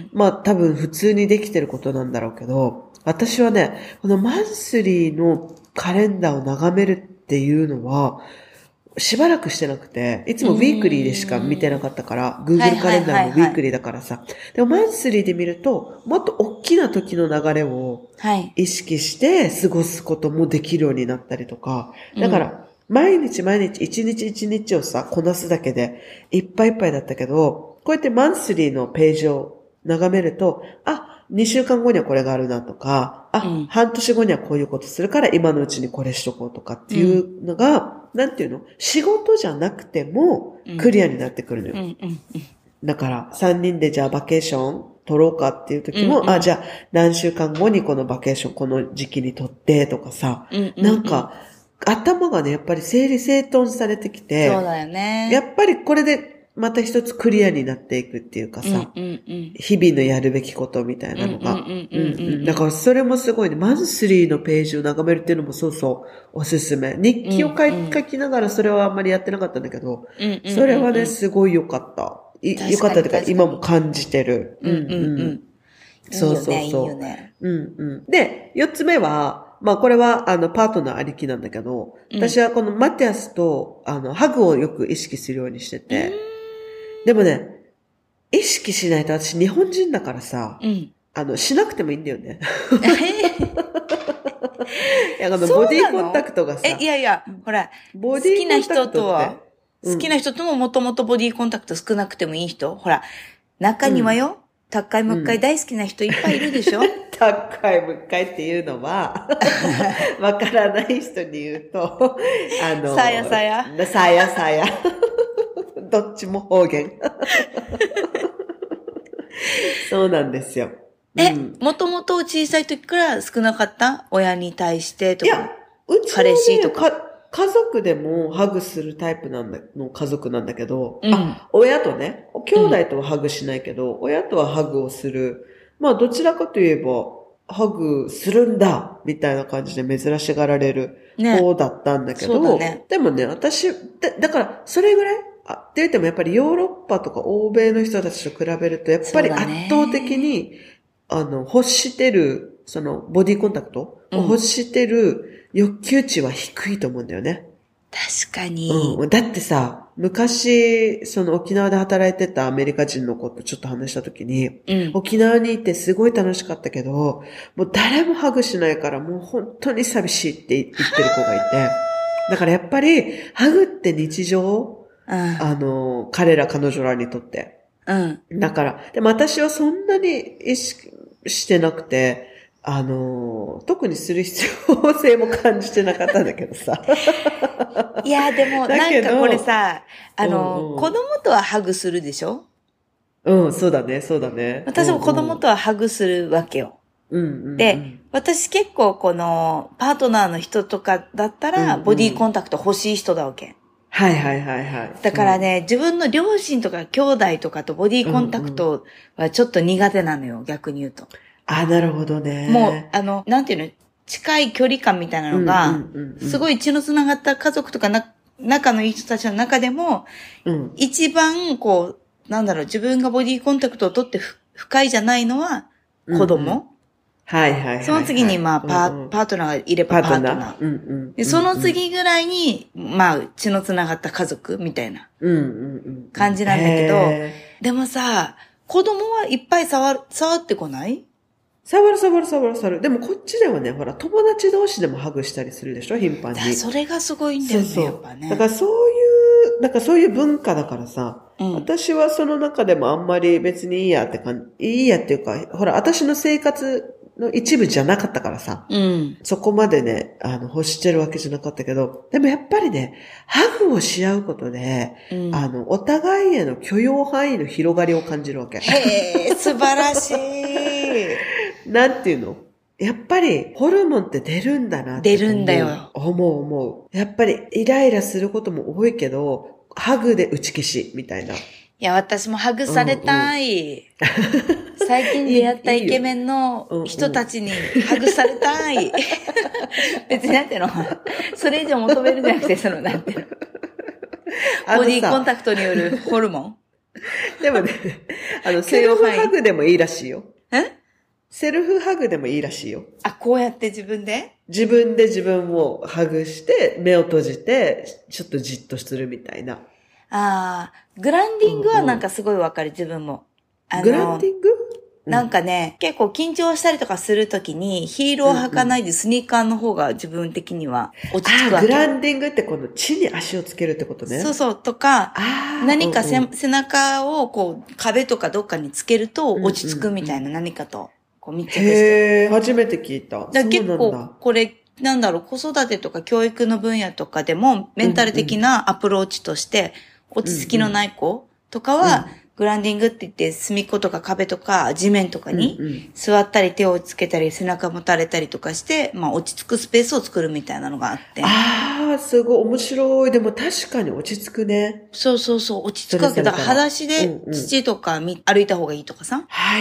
まあ多分普通にできてることなんだろうけど、私はね、このマンスリーのカレンダーを眺めるっていうのは、しばらくしてなくて、いつもウィークリーでしか見てなかったから、Google カレンダーもウィークリーだからさ。でもマンスリーで見ると、もっと大きな時の流れを意識して過ごすこともできるようになったりとか。だから、毎日一日一日をさ、こなすだけでいっぱいいっぱいだったけど、こうやってマンスリーのページを眺めると、2週間後にはこれがあるなとか、半年後にはこういうことするから今のうちにこれしとこうとかっていうのが、なんていうの？仕事じゃなくてもクリアになってくるのよ。だから3人でじゃあバケーション取ろうかっていう時も、じゃあ何週間後にこのバケーションこの時期に取ってとかさ、なんか頭がね、やっぱり整理整頓されてきて、 そうだよね。 やっぱりこれでまた一つクリアになっていくっていうかさ、日々のやるべきことみたいなのが。だからそれもすごいね、マンスリーのページを眺めるっていうのもおすすめ。日記を書きながらそれはあんまりやってなかったんだけど、それはね、すごい良かった。良かったというか、今も感じてる。そう。いいよね。で、4つ目は、まあこれはパートナーありきなんだけど、私はこのマティアスとハグをよく意識するようにしてて、でもね、意識しないと私日本人だからさ、しなくてもいいんだよね。いや、ボディーコンタクトがさ。 いや、ほら、好きな人とは、好きな人とももともとボディーコンタクト少なくてもいい人、ほら、中にはよ、高い向かい大好きな人いっぱいいるでしょ？ 高い向かいっていうのは、わからない人に言うと、 さや。 どっちも方言。 そうなんですよ。 もともと小さい時から少なかった親に対してとか。 いや、うちはね、彼氏とか。家族でもハグするタイプの家族なんだけど、親とね、兄弟とはハグしないけど、親とはハグをする。まあ、どちらかといえば、ハグするんだみたいな感じで珍しがられる方だったんだけど、でもね、私、だから、それぐらいって言ってもやっぱりヨーロッパとか欧米の人たちと比べると、やっぱり圧倒的に、欲してる、その、ボディコンタクトを欲してる欲求値は低いと思うんだよね。 確かに。 だってさ、昔、その沖縄で働いてたアメリカ人の子とちょっと話したときに、沖縄にいてすごい楽しかったけど、もう誰もハグしないからもう本当に寂しいって言ってる子がいて、だからやっぱり、ハグって日常、彼女らにとって。だから、でも私はそんなに意識してなくて、特にする必要性も感じてなかったんだけどさ。 いや、でも、なんかこれさ、子供とはハグするでしょ？ そうだね、そうだね。 私も子供とはハグするわけよ。で、私結構この、パートナーの人とかだったら、ボディコンタクト欲しい人だわけ。 はいはいはいはい。 だからね、自分の両親とか兄弟とかとボディコンタクトはちょっと苦手なのよ、逆に言うと。 なるほどね。 もう、なんていうの、近い距離感みたいなのが、すごい血のつながった家族とか仲のいい人たちの中でも、一番こう、なんだろう、自分がボディコンタクトを取って不快じゃないのは子供。 はいはいはい。 その次にパートナーがいればパートナー。で、その次ぐらいに、血のつながった家族みたいな感じなんだけど、でもさ、子供はいっぱい触ってこない？ 触る。でもこっちではね、ほら、友達同士でもハグしたりするでしょ、頻繁に。 それがすごいんだよね、やっぱね。 だからそういう文化だからさ、私はその中でもあんまり別にいいやっていうか、ほら、私の生活の一部じゃなかったからさ、そこまでね、欲してるわけじゃなかったけど、でもやっぱりね、ハグをし合うことで、お互いへの許容範囲の広がりを感じるわけ。 へー、素晴らしい。 なんていうの？やっぱり、ホルモンって出るんだなって。 出るんだよ。 思う。やっぱり、イライラすることも多いけど、ハグで打ち消し、みたいな。 いや、私もハグされたい。最近出会ったイケメンの人たちにハグされたい。別になんていうの？それ以上求めるんじゃなくて、なんていうの？ボディコンタクトによるホルモン？ でもね、セルフハグでもいいらしいよ。セルフハグでもいいらしいよ。 こうやって自分で自分をハグして、目を閉じて、ちょっとじっとするみたいな。 グランディングはなんかすごいわかる、自分も。 グランディング？ なんかね、結構緊張したりとかするときに、ヒールを履かないでスニーカーの方が自分的には落ち着くわけ。 グランディングってこの地に足をつけるってことね。 そうとか、何か背中をこう壁とかどっかにつけると落ち着くみたいな、何かとこう密着して。 初めて聞いた。 結構これ、なんだろう、子育てとか教育の分野とかでもメンタル的なアプローチとして、落ち着きのない子とかは、グランディングって言って隅っことか壁とか地面とかに座ったり手をつけたり背中もたれたりとかして、落ち着くスペースを作るみたいなのがあって。 すごい面白い。でも確かに落ち着くね。 そう、落ち着くわけだ。裸足で土とか歩いた方がいいとかさ。 はい。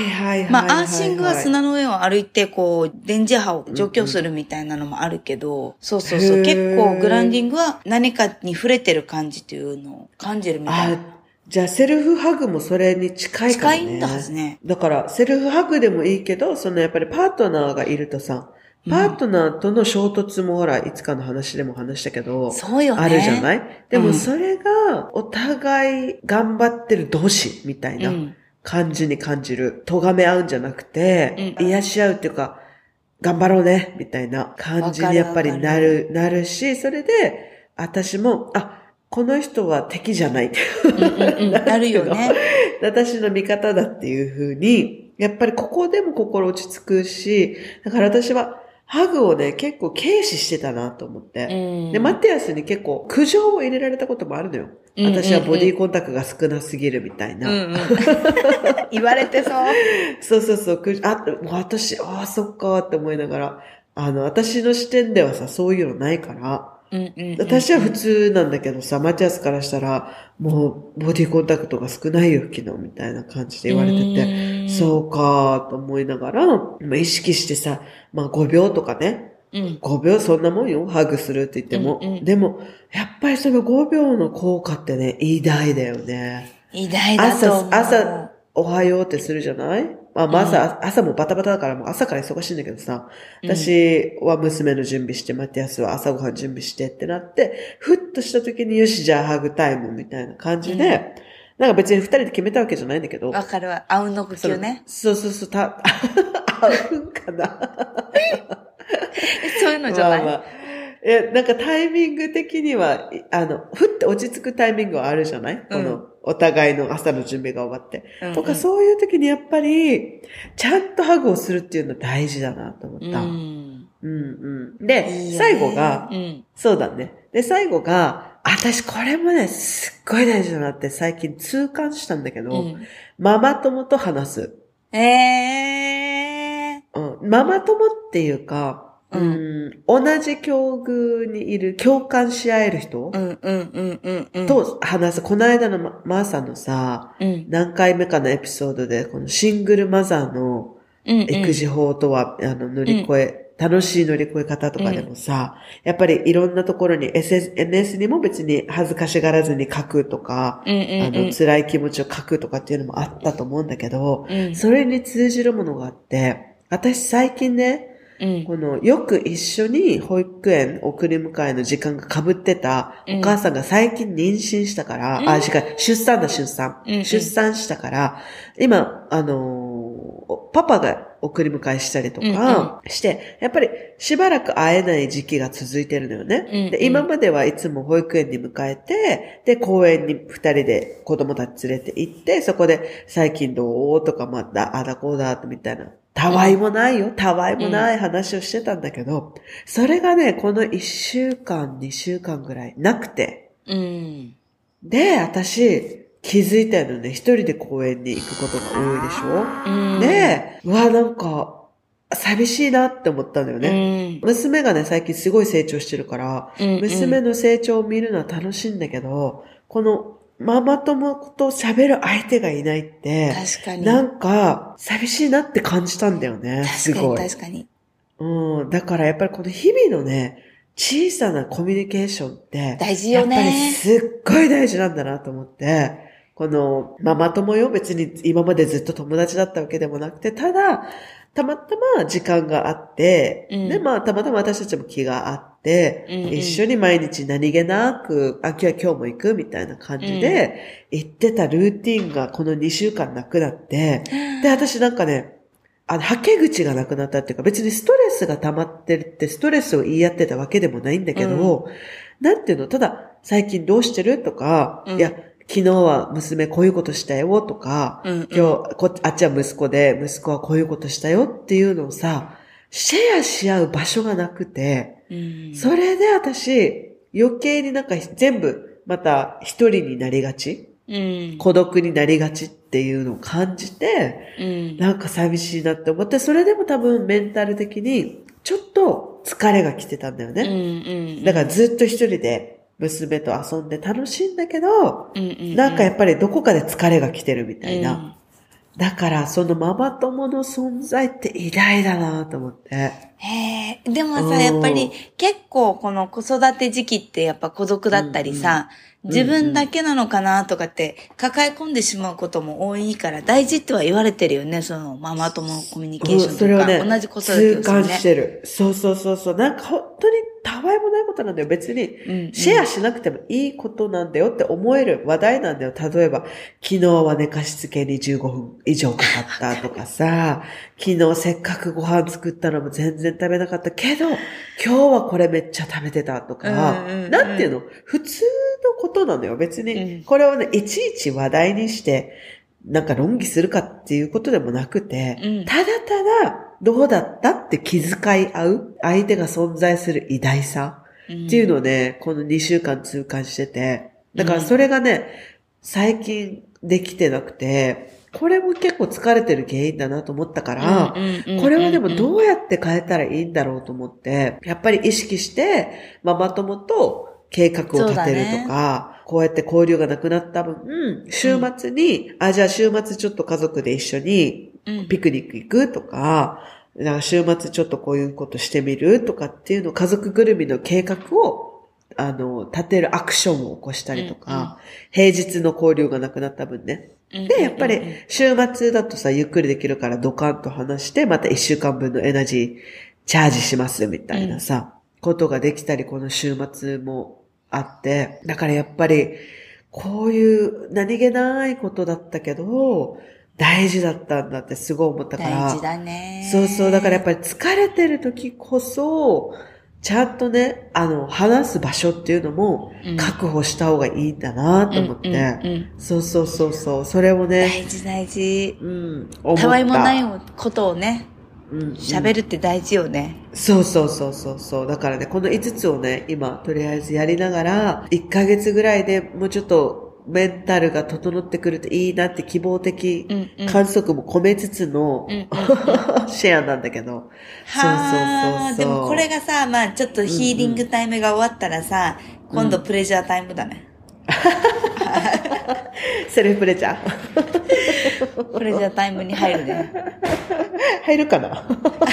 アーシングは砂の上を歩いて、こう、電磁波を除去するみたいなのもあるけど、そう。結構グランディングは何かに触れてる感じっていうのを感じるみたいな。 じゃあ、セルフハグもそれに近いかもね。 近いんだはずね。 だから、セルフハグでもいいけど、やっぱりパートナーがいるとさ、パートナーとの衝突もほら、いつかの話でも話したけど、 そうよね。 あるじゃない？でもそれが、お互い頑張ってる同士みたいな感じに感じる。咎め合うんじゃなくて、癒し合うっていうか、頑張ろうね、みたいな感じにやっぱりなるし、それで、私も、この人は敵じゃない。 なるよね。 私の味方だっていう風に、やっぱりここでも心落ち着くし、だから私は、 ハグをね、結構軽視してたなと思って。で、マティアスに結構苦情を入れられたこともあるのよ。私はボディコンタクトが少なすぎるみたいな。 言われてそう。 そう。私、そっかって思いながら、私の視点ではさ、そういうのないから、私は普通なんだけどさ、マティアスからしたら、もう、ボディコンタクトが少ないよ、昨日、みたいな感じで言われてて、そうかと思いながら、意識してさ、5秒とかね、5秒そんなもんよ、ハグするって言っても。でも、やっぱりその5秒の効果ってね、偉大だよね。 偉大だと思う。 朝、おはようってするじゃない？朝もバタバタだからもう朝から忙しいんだけどさ、私は娘の準備して、マティアスは朝ごはん準備してってなって、ふっとした時によし、じゃあハグタイムみたいな感じで、なんか別に二人で決めたわけじゃないんだけど。 わかるわ。あうんの呼吸ね。 そう、あうんかな。 そういうのじゃない？ なんかタイミング的には、ふって落ち着くタイミングはあるじゃない？この、お互いの朝の準備が終わって。とかそういう時にやっぱり、ちゃんとハグをするっていうの大事だなと思った。で、最後が、そうだね。で、最後が、私これもね、すっごい大事だなって最近痛感したんだけど、ママ友と話す。ママ友っていうか、同じ境遇にいる、共感し合える人と話す。この間のマーさんのさ、何回目かのエピソードで、このシングルマザーの育児法とは、楽しい乗り越え方とかでもさ、やっぱりいろんなところに SNS にも別に恥ずかしがらずに書くとか、辛い気持ちを書くとかっていうのもあったと思うんだけど、それに通じるものがあって、私最近ね、このよく一緒に保育園送り迎えの時間が被ってたお母さんが最近妊娠したから、出産。出産したから、今、パパが送り迎えしたりとかして、やっぱりしばらく会えない時期が続いてるのよね。で、今まではいつも保育園に迎えて、で、公園に二人で子供たち連れて行って、そこで最近どうとか、あだこうだみたいな。たわいもない話をしてたんだけど、それがね、この1週間、2週間ぐらいなくて。で、私、気づいたのね、一人で公園に行くことが多いでしょ？で、なんか、寂しいなって思ったんだよね。娘がね、最近すごい成長してるから、娘の成長を見るのは楽しいんだけど、この、ママ友と喋る相手がいないって、 確かに。 なんか、寂しいなって感じたんだよね。すごい。 確かに。 だからやっぱりこの日々のね、小さなコミュニケーションって、 大事よね。 やっぱりすっごい大事なんだなと思って、この、ママ友よ、別に今までずっと友達だったわけでもなくて、たまたま時間があって、で、たまたま私たちも気があって、一緒に毎日何気なく、今日も行くみたいな感じで、行ってたルーティンがこの2週間なくなって、で、私なんかね、はけ口がなくなったっていうか、別にストレスが溜まってるってストレスを言い合ってたわけでもないんだけど、なんていうの、ただ、最近どうしてるとか、いや、昨日は娘こういうことしたよとか、今日、あっちは息子で、息子はこういうことしたよっていうのをさ、シェアし合う場所がなくて、それで私、余計になんか全部、また一人になりがち、孤独になりがちっていうのを感じて、なんか寂しいなって思って、それでも多分メンタル的に、ちょっと疲れが来てたんだよね。だからずっと一人で、娘と遊んで楽しいんだけど、なんかやっぱりどこかで疲れが来てるみたいな。だからそのママ友の存在って偉大だなと思って。 でもさ、やっぱり結構この子育て時期ってやっぱ孤独だったりさ、自分だけなのかなとかって抱え込んでしまうことも多いから大事っては言われてるよね、そのママ友のコミュニケーションとか。 それをね、 同じ子育てをするね。 痛感してる。そう。なんか本当にたわいもないことなんだよ。別にシェアしなくてもいいことなんだよって思える話題なんだよ。例えば、昨日は寝かしつけに15分以上かかったとかさ、昨日せっかくご飯作ったのも全然食べなかったけど、今日はこれめっちゃ食べてたとか、なんていうの？普通のことなのよ。別に、これをね、いちいち話題にして、 なんか論議するかっていうことでもなくて、ただただどうだったって気遣い合う相手が存在する偉大さっていうのをね、この2週間痛感してて、だからそれがね、最近できてなくて、これも結構疲れてる原因だなと思ったから、これはでもどうやって変えたらいいんだろうと思って、やっぱり意識して、ママ友と計画を立てるとか、こうやって交流がなくなった分、週末に、じゃあ週末ちょっと家族で一緒にピクニック行くとか、週末ちょっとこういうことしてみるとかっていうのを家族ぐるみの計画を立てるアクションを起こしたりとか、平日の交流がなくなった分ね。で、やっぱり週末だとさ、ゆっくりできるからドカンと話して、また1週間分のエナジーチャージしますみたいなさ、ことができたり、この週末もあって、だからやっぱり、こういう何気ないことだったけど、大事だったんだってすごい思ったから。 大事だね。 そうそう。だからやっぱり疲れてる時こそ、ちゃんとね、話す場所っていうのも確保した方がいいんだなと思って。そうそうそうそう。それをね。 大事大事。たわいもないことをね、喋るって大事よね。 そうそうそうそうそう。だからね、この5つをね、今、とりあえずやりながら、1ヶ月ぐらいでもうちょっと、メンタルが整ってくるといいなって希望的観測も込めつつのシェアなんだけど。 そうそうそう。でもこれがさ、まあちょっとヒーリングタイムが終わったらさ、今度プレジャータイムだね。 セルフプレジャー。プレジャータイムに入るね。 入るかな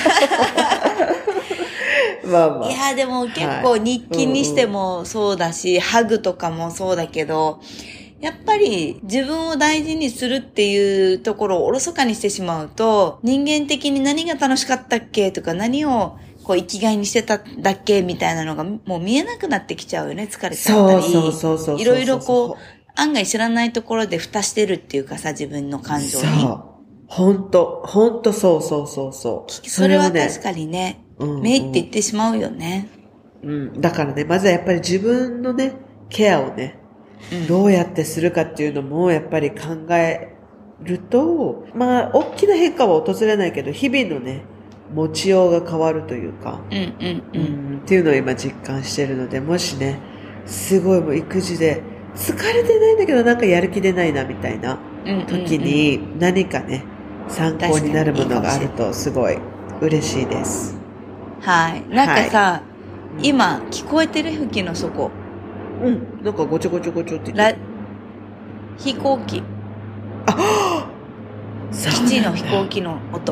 まあまあ。 いや、でも結構日記にしてもそうだし、ハグとかもそうだけど、やっぱり自分を大事にするっていうところをおろそかにしてしまうと、人間的に何が楽しかったっけとか何をこう生きがいにしてたんだっけみたいなのがもう見えなくなってきちゃうよね、疲れちゃったり。そういろいろこう、案外知らないところで蓋してるっていうかさ、自分の感情に。 ほんとそうそうそうそう。 それは確かにね、めいって言ってしまうよね。 だからね、まずはやっぱり自分のね、ケアをね、どうやってするかっていうのもやっぱり考えると、まあ、大きな変化は訪れないけど、日々のね、持ちようが変わるというか、っていうのを今実感してるので、もしね、すごいもう育児で疲れてないんだけどなんかやる気出ないなみたいな時に何かね、参考になるものがあるとすごい嬉しいです。 はい。なんかさ、今聞こえてる？吹きの底。 なんかごちょごちょごちょって言ってる。 飛行機。基地の飛行機の音。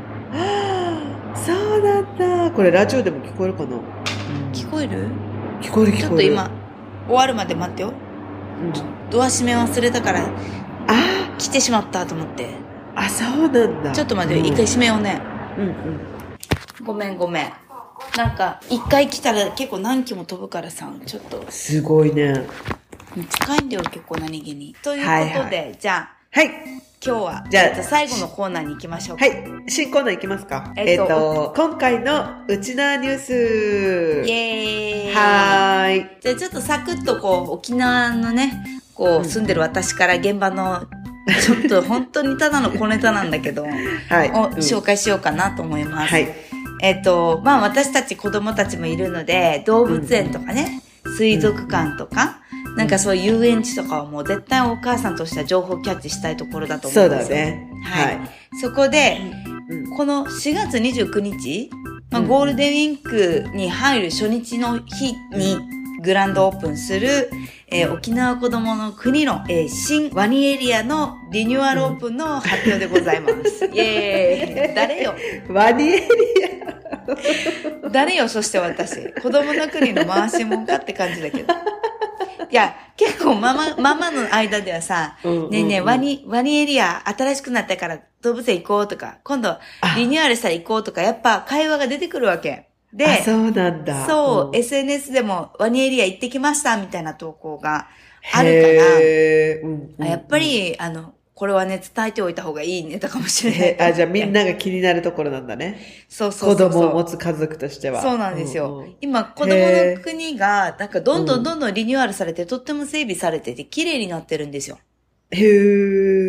そうなんだ。これラジオでも聞こえるかな？ 聞こえる？ 聞こえる聞こえる。 ちょっと今、終わるまで待ってよ。ドア閉め忘れたから、来てしまったと思って。 そうなんだ。 ちょっと待ってよ、一回閉めようね。ごめん。なんか、一回来たら結構何機も飛ぶからさ、ちょっと。 すごいね。 近いんだよ、結構何気に。ということで、じゃあ。今日は、じゃあ、最後のコーナーに行きましょうか。 新コーナー行きますか。今回のうちなニュース。 イエーイ。 じゃあちょっとサクッとこう、沖縄のね、こう、住んでる私から現場の、ちょっと本当にただの小ネタなんだけど、を紹介しようかなと思います。まあ私たち子供たちもいるので、動物園とかね、水族館とか、なんかそういう遊園地とかはもう絶対お母さんとしては情報キャッチしたいところだと思うんですよ。 そうだね。 そこで、この4月29日、ゴールデンウィークに入る初日の日にグランドオープンする、沖縄子供の国の、新ワニエリアのリニューアルオープンの発表でございます。イエーイ。誰よ。 ワニエリア。誰よ、そして私。子供の国の回しもんかって感じだけど。いや、結構ママの間ではさ、ねえねえ、ワニエリア新しくなったから動物園行こうとか、今度リニューアルしたら行こうとか、やっぱ会話が出てくるわけ。で、 そうなんだ。 そう、SNS でもワニエリア行ってきましたみたいな投稿があるから、やっぱり、これはね、伝えておいた方がいいネタかもしれない。 じゃあみんなが気になるところなんだね。 そう。 子供を持つ家族としては。 そうなんですよ。今、子供の国が、なんかどんどんリニューアルされて、とっても整備されてて、綺麗になってるんですよ。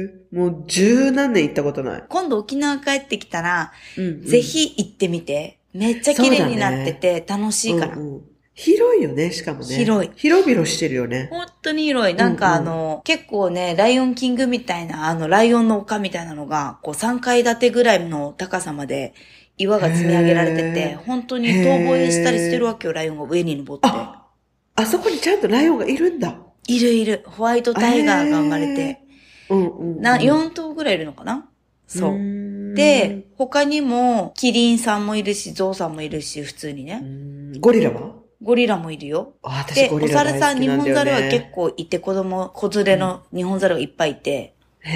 もう十何年行ったことない。 今度沖縄帰ってきたら、ぜひ行ってみて。めっちゃ綺麗になってて楽しいから。 広いよね、しかもね。広々してるよね。 本当に広い。なんか結構ね、ライオンキングみたいな、ライオンの丘みたいなのが、こう3階建てぐらいの高さまで岩が積み上げられてて、本当に遠吠えしたりしてるわけよ、ライオンが上に登って。 あそこにちゃんとライオンがいるんだ。 いる。ホワイトタイガーが生まれて。4頭ぐらいいるのかな？そう。で、他にも、キリンさんもいるし、ゾウさんもいるし、普通にね。 ゴリラは？ ゴリラもいるよ。 私ゴリラ大好きなんだよね。で、お猿さん、日本猿は結構いて、子連れの日本猿がいっぱいいて。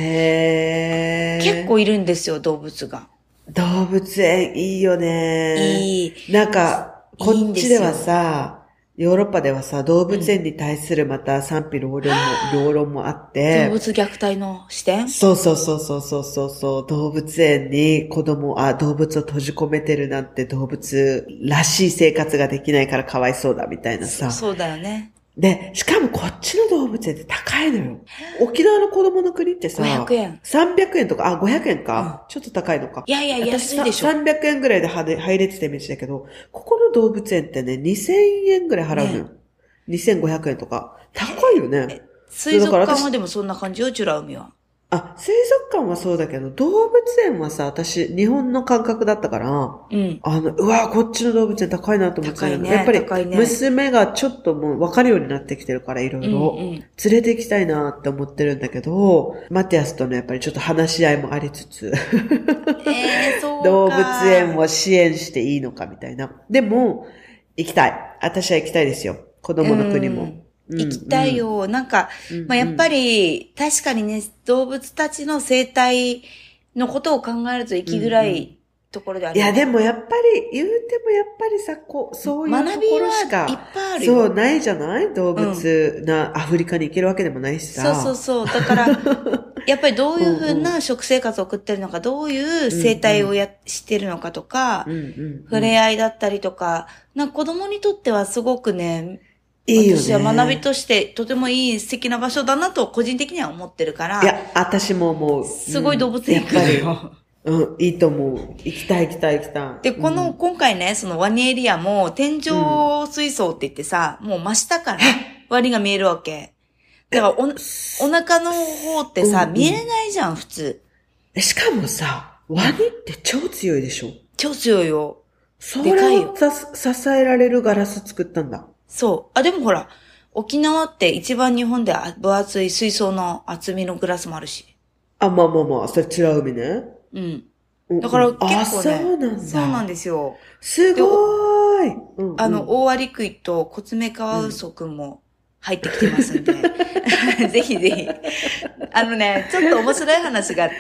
結構いるんですよ、動物が。 動物園いいよね。いい。なんか、こっちではさ、ヨーロッパではさ、動物園に対するまた賛否両論もあって。 動物虐待の視点？ そう。動物園に動物を閉じ込めてるなんて動物らしい生活ができないからかわいそうだみたいなさ。 そうだよね。 で、しかもこっちの動物園って高いのよ。沖縄の子供の国ってさ、 500円。 300円とか、500円か、ちょっと高いのか。 いや、安いでしょ。 300円ぐらいで入れてたイメージだけど、ここの動物園ってね、2000円ぐらい払うのよ。2500円とか。高いよね。 水族館はでもそんな感じよ、美ら海は。 水族館はそうだけど、動物園はさ、私、日本の感覚だったから、うわ、こっちの動物園高いなと思ってたけど、やっぱり、娘がちょっともう分かるようになってきてるから、いろいろ、連れて行きたいなって思ってるんだけど、マティアスとのやっぱりちょっと話し合いもありつつ、 そう動物園を支援していいのかみたいな。でも、行きたい。私は行きたいですよ。子供の国も。 行きたいよ。なんか、やっぱり、確かにね、動物たちの生態のことを考えると生きづらいところである。 いや、でもやっぱり、言うてもやっぱりさ、そういうところしか、 学びはいっぱいあるよ。 そう、ないじゃない動物アフリカに行けるわけでもないしさ。 そう。だから、やっぱりどういうふうな食生活を送ってるのか、どういう生態をしてるのかとか、触れ合いだったりとか、なんか子供にとってはすごくね、いいよね。私は学びとしてとてもいい素敵な場所だなと個人的には思ってるから。 いや、私も思う。 すごい動物園行くのよ。 いいと思う。行きたい。 で、今回ね、そのワニエリアも天井水槽って言ってさ、もう真下からワニが見えるわけ。だからお腹の方ってさ、見えないじゃん、普通。 しかもさ、ワニって超強いでしょ？ 超強いよ。 それを支えられるガラス作ったんだ。 そう。でもほら、沖縄って一番日本で分厚い水槽の厚みのグラスもあるし。 まあ、それ美ら海ね。 だから結構ね。 そうなんだ。 そうなんですよ。 すごーい。 大アリクイとコツメカワウソくんも入ってきてますんで。ぜひ。ちょっと面白い話があって、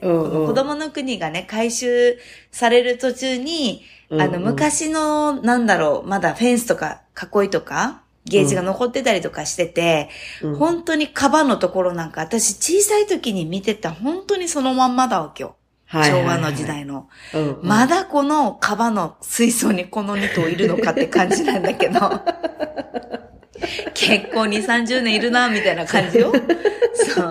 子供の国がね、回収される途中に、昔の、まだフェンスとか囲いとか、ゲージが残ってたりとかしてて、本当にカバのところなんか、私小さい時に見てた本当にそのまんまだわけよ。昭和の時代の。まだこのカバの水槽にこの2頭いるのかって感じなんだけど。結構2、30年いるな、みたいな感じよ。そう。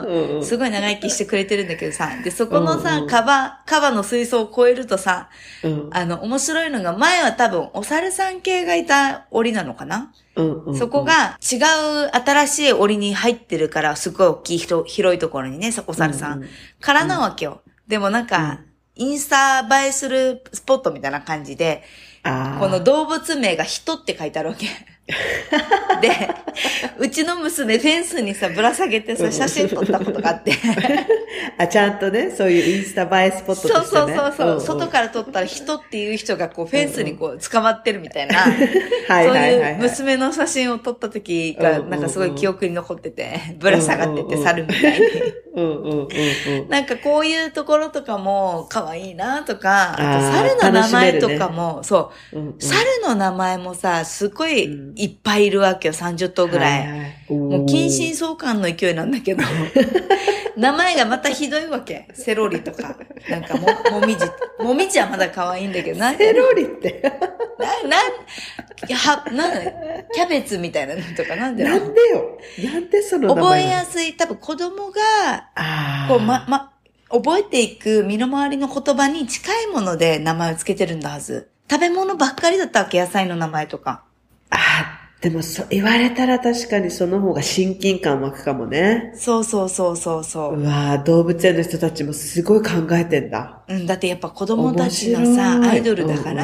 すごい長生きしてくれてるんだけどさ。で、そこのさ、カバの水槽を超えるとさ、面白いのが、前は多分、お猿さん系がいた檻なのかな？そこが違う新しい檻に入ってるから、すごい大きい広いところにね、お猿さん。からなわけよ。でもなんか、インスタ映えするスポットみたいな感じで、この動物名が人って書いてあるわけ。で、うちの娘フェンスにさ、ぶら下げてさ、写真撮ったことがあって。 ちゃんとね、そういうインスタ映えスポットとしてね。 そう。外から撮ったら人っていう人がこう、フェンスにこう、捕まってるみたいな。そういう娘の写真を撮った時が、なんかすごい記憶に残ってて、ぶら下がってて猿みたいに。なんかこういうところとかも可愛いなとか、あと猿の名前とかも、そう、猿の名前もさ、すごいいっぱいいるわけよ、30頭ぐらい。はいはい、もう近親相関の勢いなんだけど、名前がまたひどいわけ。セロリとか。なんかもみじ。もみじはまだ可愛いんだけど、 セロリってキャベツみたいなのとか、なんでよ。 なんでその名前覚えやすい、多分子供が、こう、覚えていく身の回りの言葉に近いもので名前をつけてるんだはず。食べ物ばっかりだったわけ、野菜の名前とか。 でも言われたら確かにその方が親近感湧くかもね。 そう。うわ動物園の人たちもすごい考えてんだ。 だってやっぱ子供たちのさ、アイドルだから。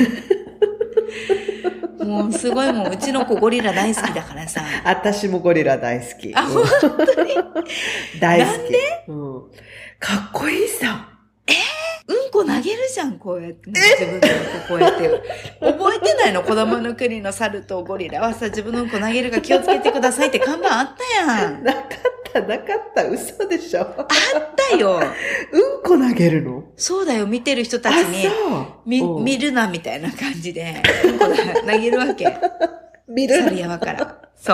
もうすごいもう、うちの子ゴリラ大好きだからさ。 私もゴリラ大好き。 本当に大好き。 なんで、 かっこいいさ。 うんこ投げるじゃん、こうやって。自分のうんここうやって。覚えてないの？子供の国の猿とゴリラはさ、自分のうんこ投げるから気をつけてくださいって看板あったやん。 なかった。嘘でしょ。 あったよ。 うんこ投げるの？ そうだよ、見てる人たちに。見るな、みたいな感じで、うんこ投げるわけ。 見るな。 猿山から。そう。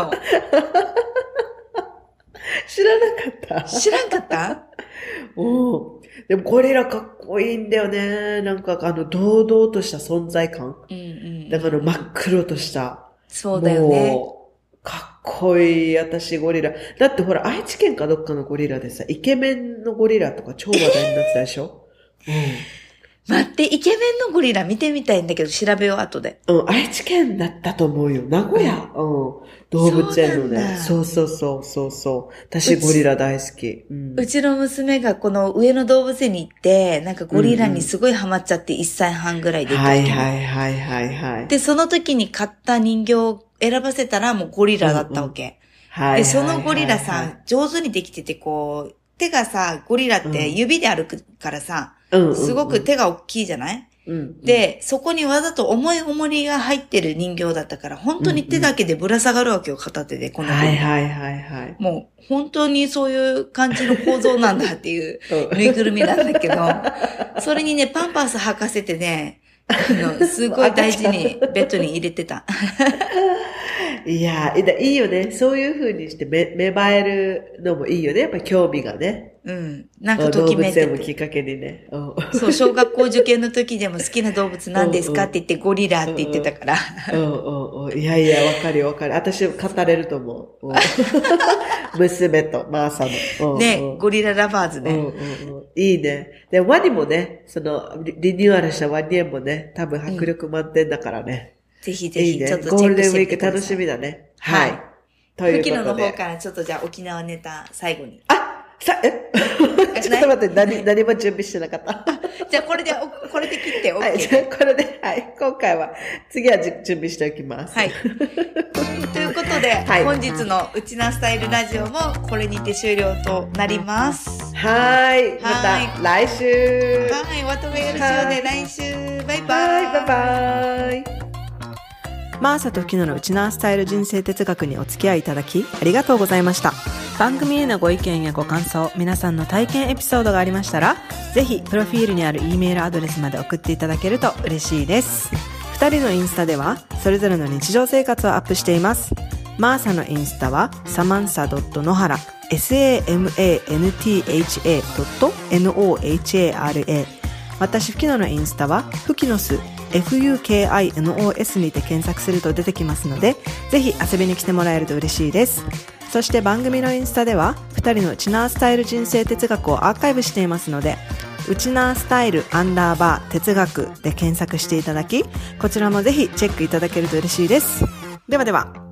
知らなかった。 知らんかった？ でもゴリラかっこいいんだよね。なんか堂々とした存在感。だから真っ黒とした。 そうだよね。 かっこいい、私ゴリラ。だってほら、愛知県かどっかのゴリラでさ、イケメンのゴリラとか超話題になってたでしょ？ 待って、イケメンのゴリラ見てみたいんだけど、調べよう、後で。 愛知県だったと思うよ。名古屋。動物園のね。そう。私ゴリラ大好き。 うちの娘がこの上野動物園に行って、なんかゴリラにすごいハマっちゃって1歳半ぐらいで行った時に。 はい。 で、その時に買った人形を選ばせたらもうゴリラだったわけ。で、そのゴリラさ、上手にできてて、こう、手がさ、ゴリラって指で歩くからさ、すごく手が大きいじゃない？で、そこにわざと重い重りが入ってる人形だったから、本当に手だけでぶら下がるわけよ、片手で、この子。もう、本当にそういう感じの構造なんだっていう、ぬいぐるみなんだけど、それにね、パンパス履かせてね、すごい大事にベッドに入れてた。 いや、いいよね。そういう風にして芽生えるのもいいよね。やっぱ興味がね。 なんかときめいてて。 動物園もきっかけにね。 そう、小学校受験の時でも好きな動物何ですかって言ってゴリラって言ってたから。 いや、わかるよ。私語れると思う。娘とマーサの。 ね、ゴリララバーズね。 いいね。で、ワニもね、リニューアルしたワニ園もね、多分迫力満点だからね。 ぜひぜひ、ちょっとチェックしてみてください。 ゴールデンウィーク楽しみだね。はい。 ということで。吹野の方からちょっとじゃあ沖縄ネタ最後に。 ちょっと待って、何も準備してなかった。 じゃあこれで切って OK。 はい、じゃあこれで、はい。今回は、次は準備しておきます。 はい。ということで、本日のうちなスタイルラジオもこれにて終了となります。 はい。また来週。 はい。ワトガヤルショーで来週。バイバイ。 バイバイ。 マーサとフキノのウチナースタイル人生哲学にお付き合いいただきありがとうございました。番組へのご意見やご感想、皆さんの体験エピソードがありましたら、ぜひプロフィールにある E メールアドレスまで送っていただけると嬉しいです。2人のインスタではそれぞれの日常生活をアップしています。マーサのインスタはsamantha.nohara samantha.nohara。 私フキノのインスタはフキノスFUKINOS にて検索すると出てきますので、ぜひ遊びに来てもらえると嬉しいです。そして番組のインスタでは2人のウチナースタイル人生哲学をアーカイブしていますので、ウチナースタイル_哲学で検索していただき、こちらもぜひチェックいただけると嬉しいです。ではでは。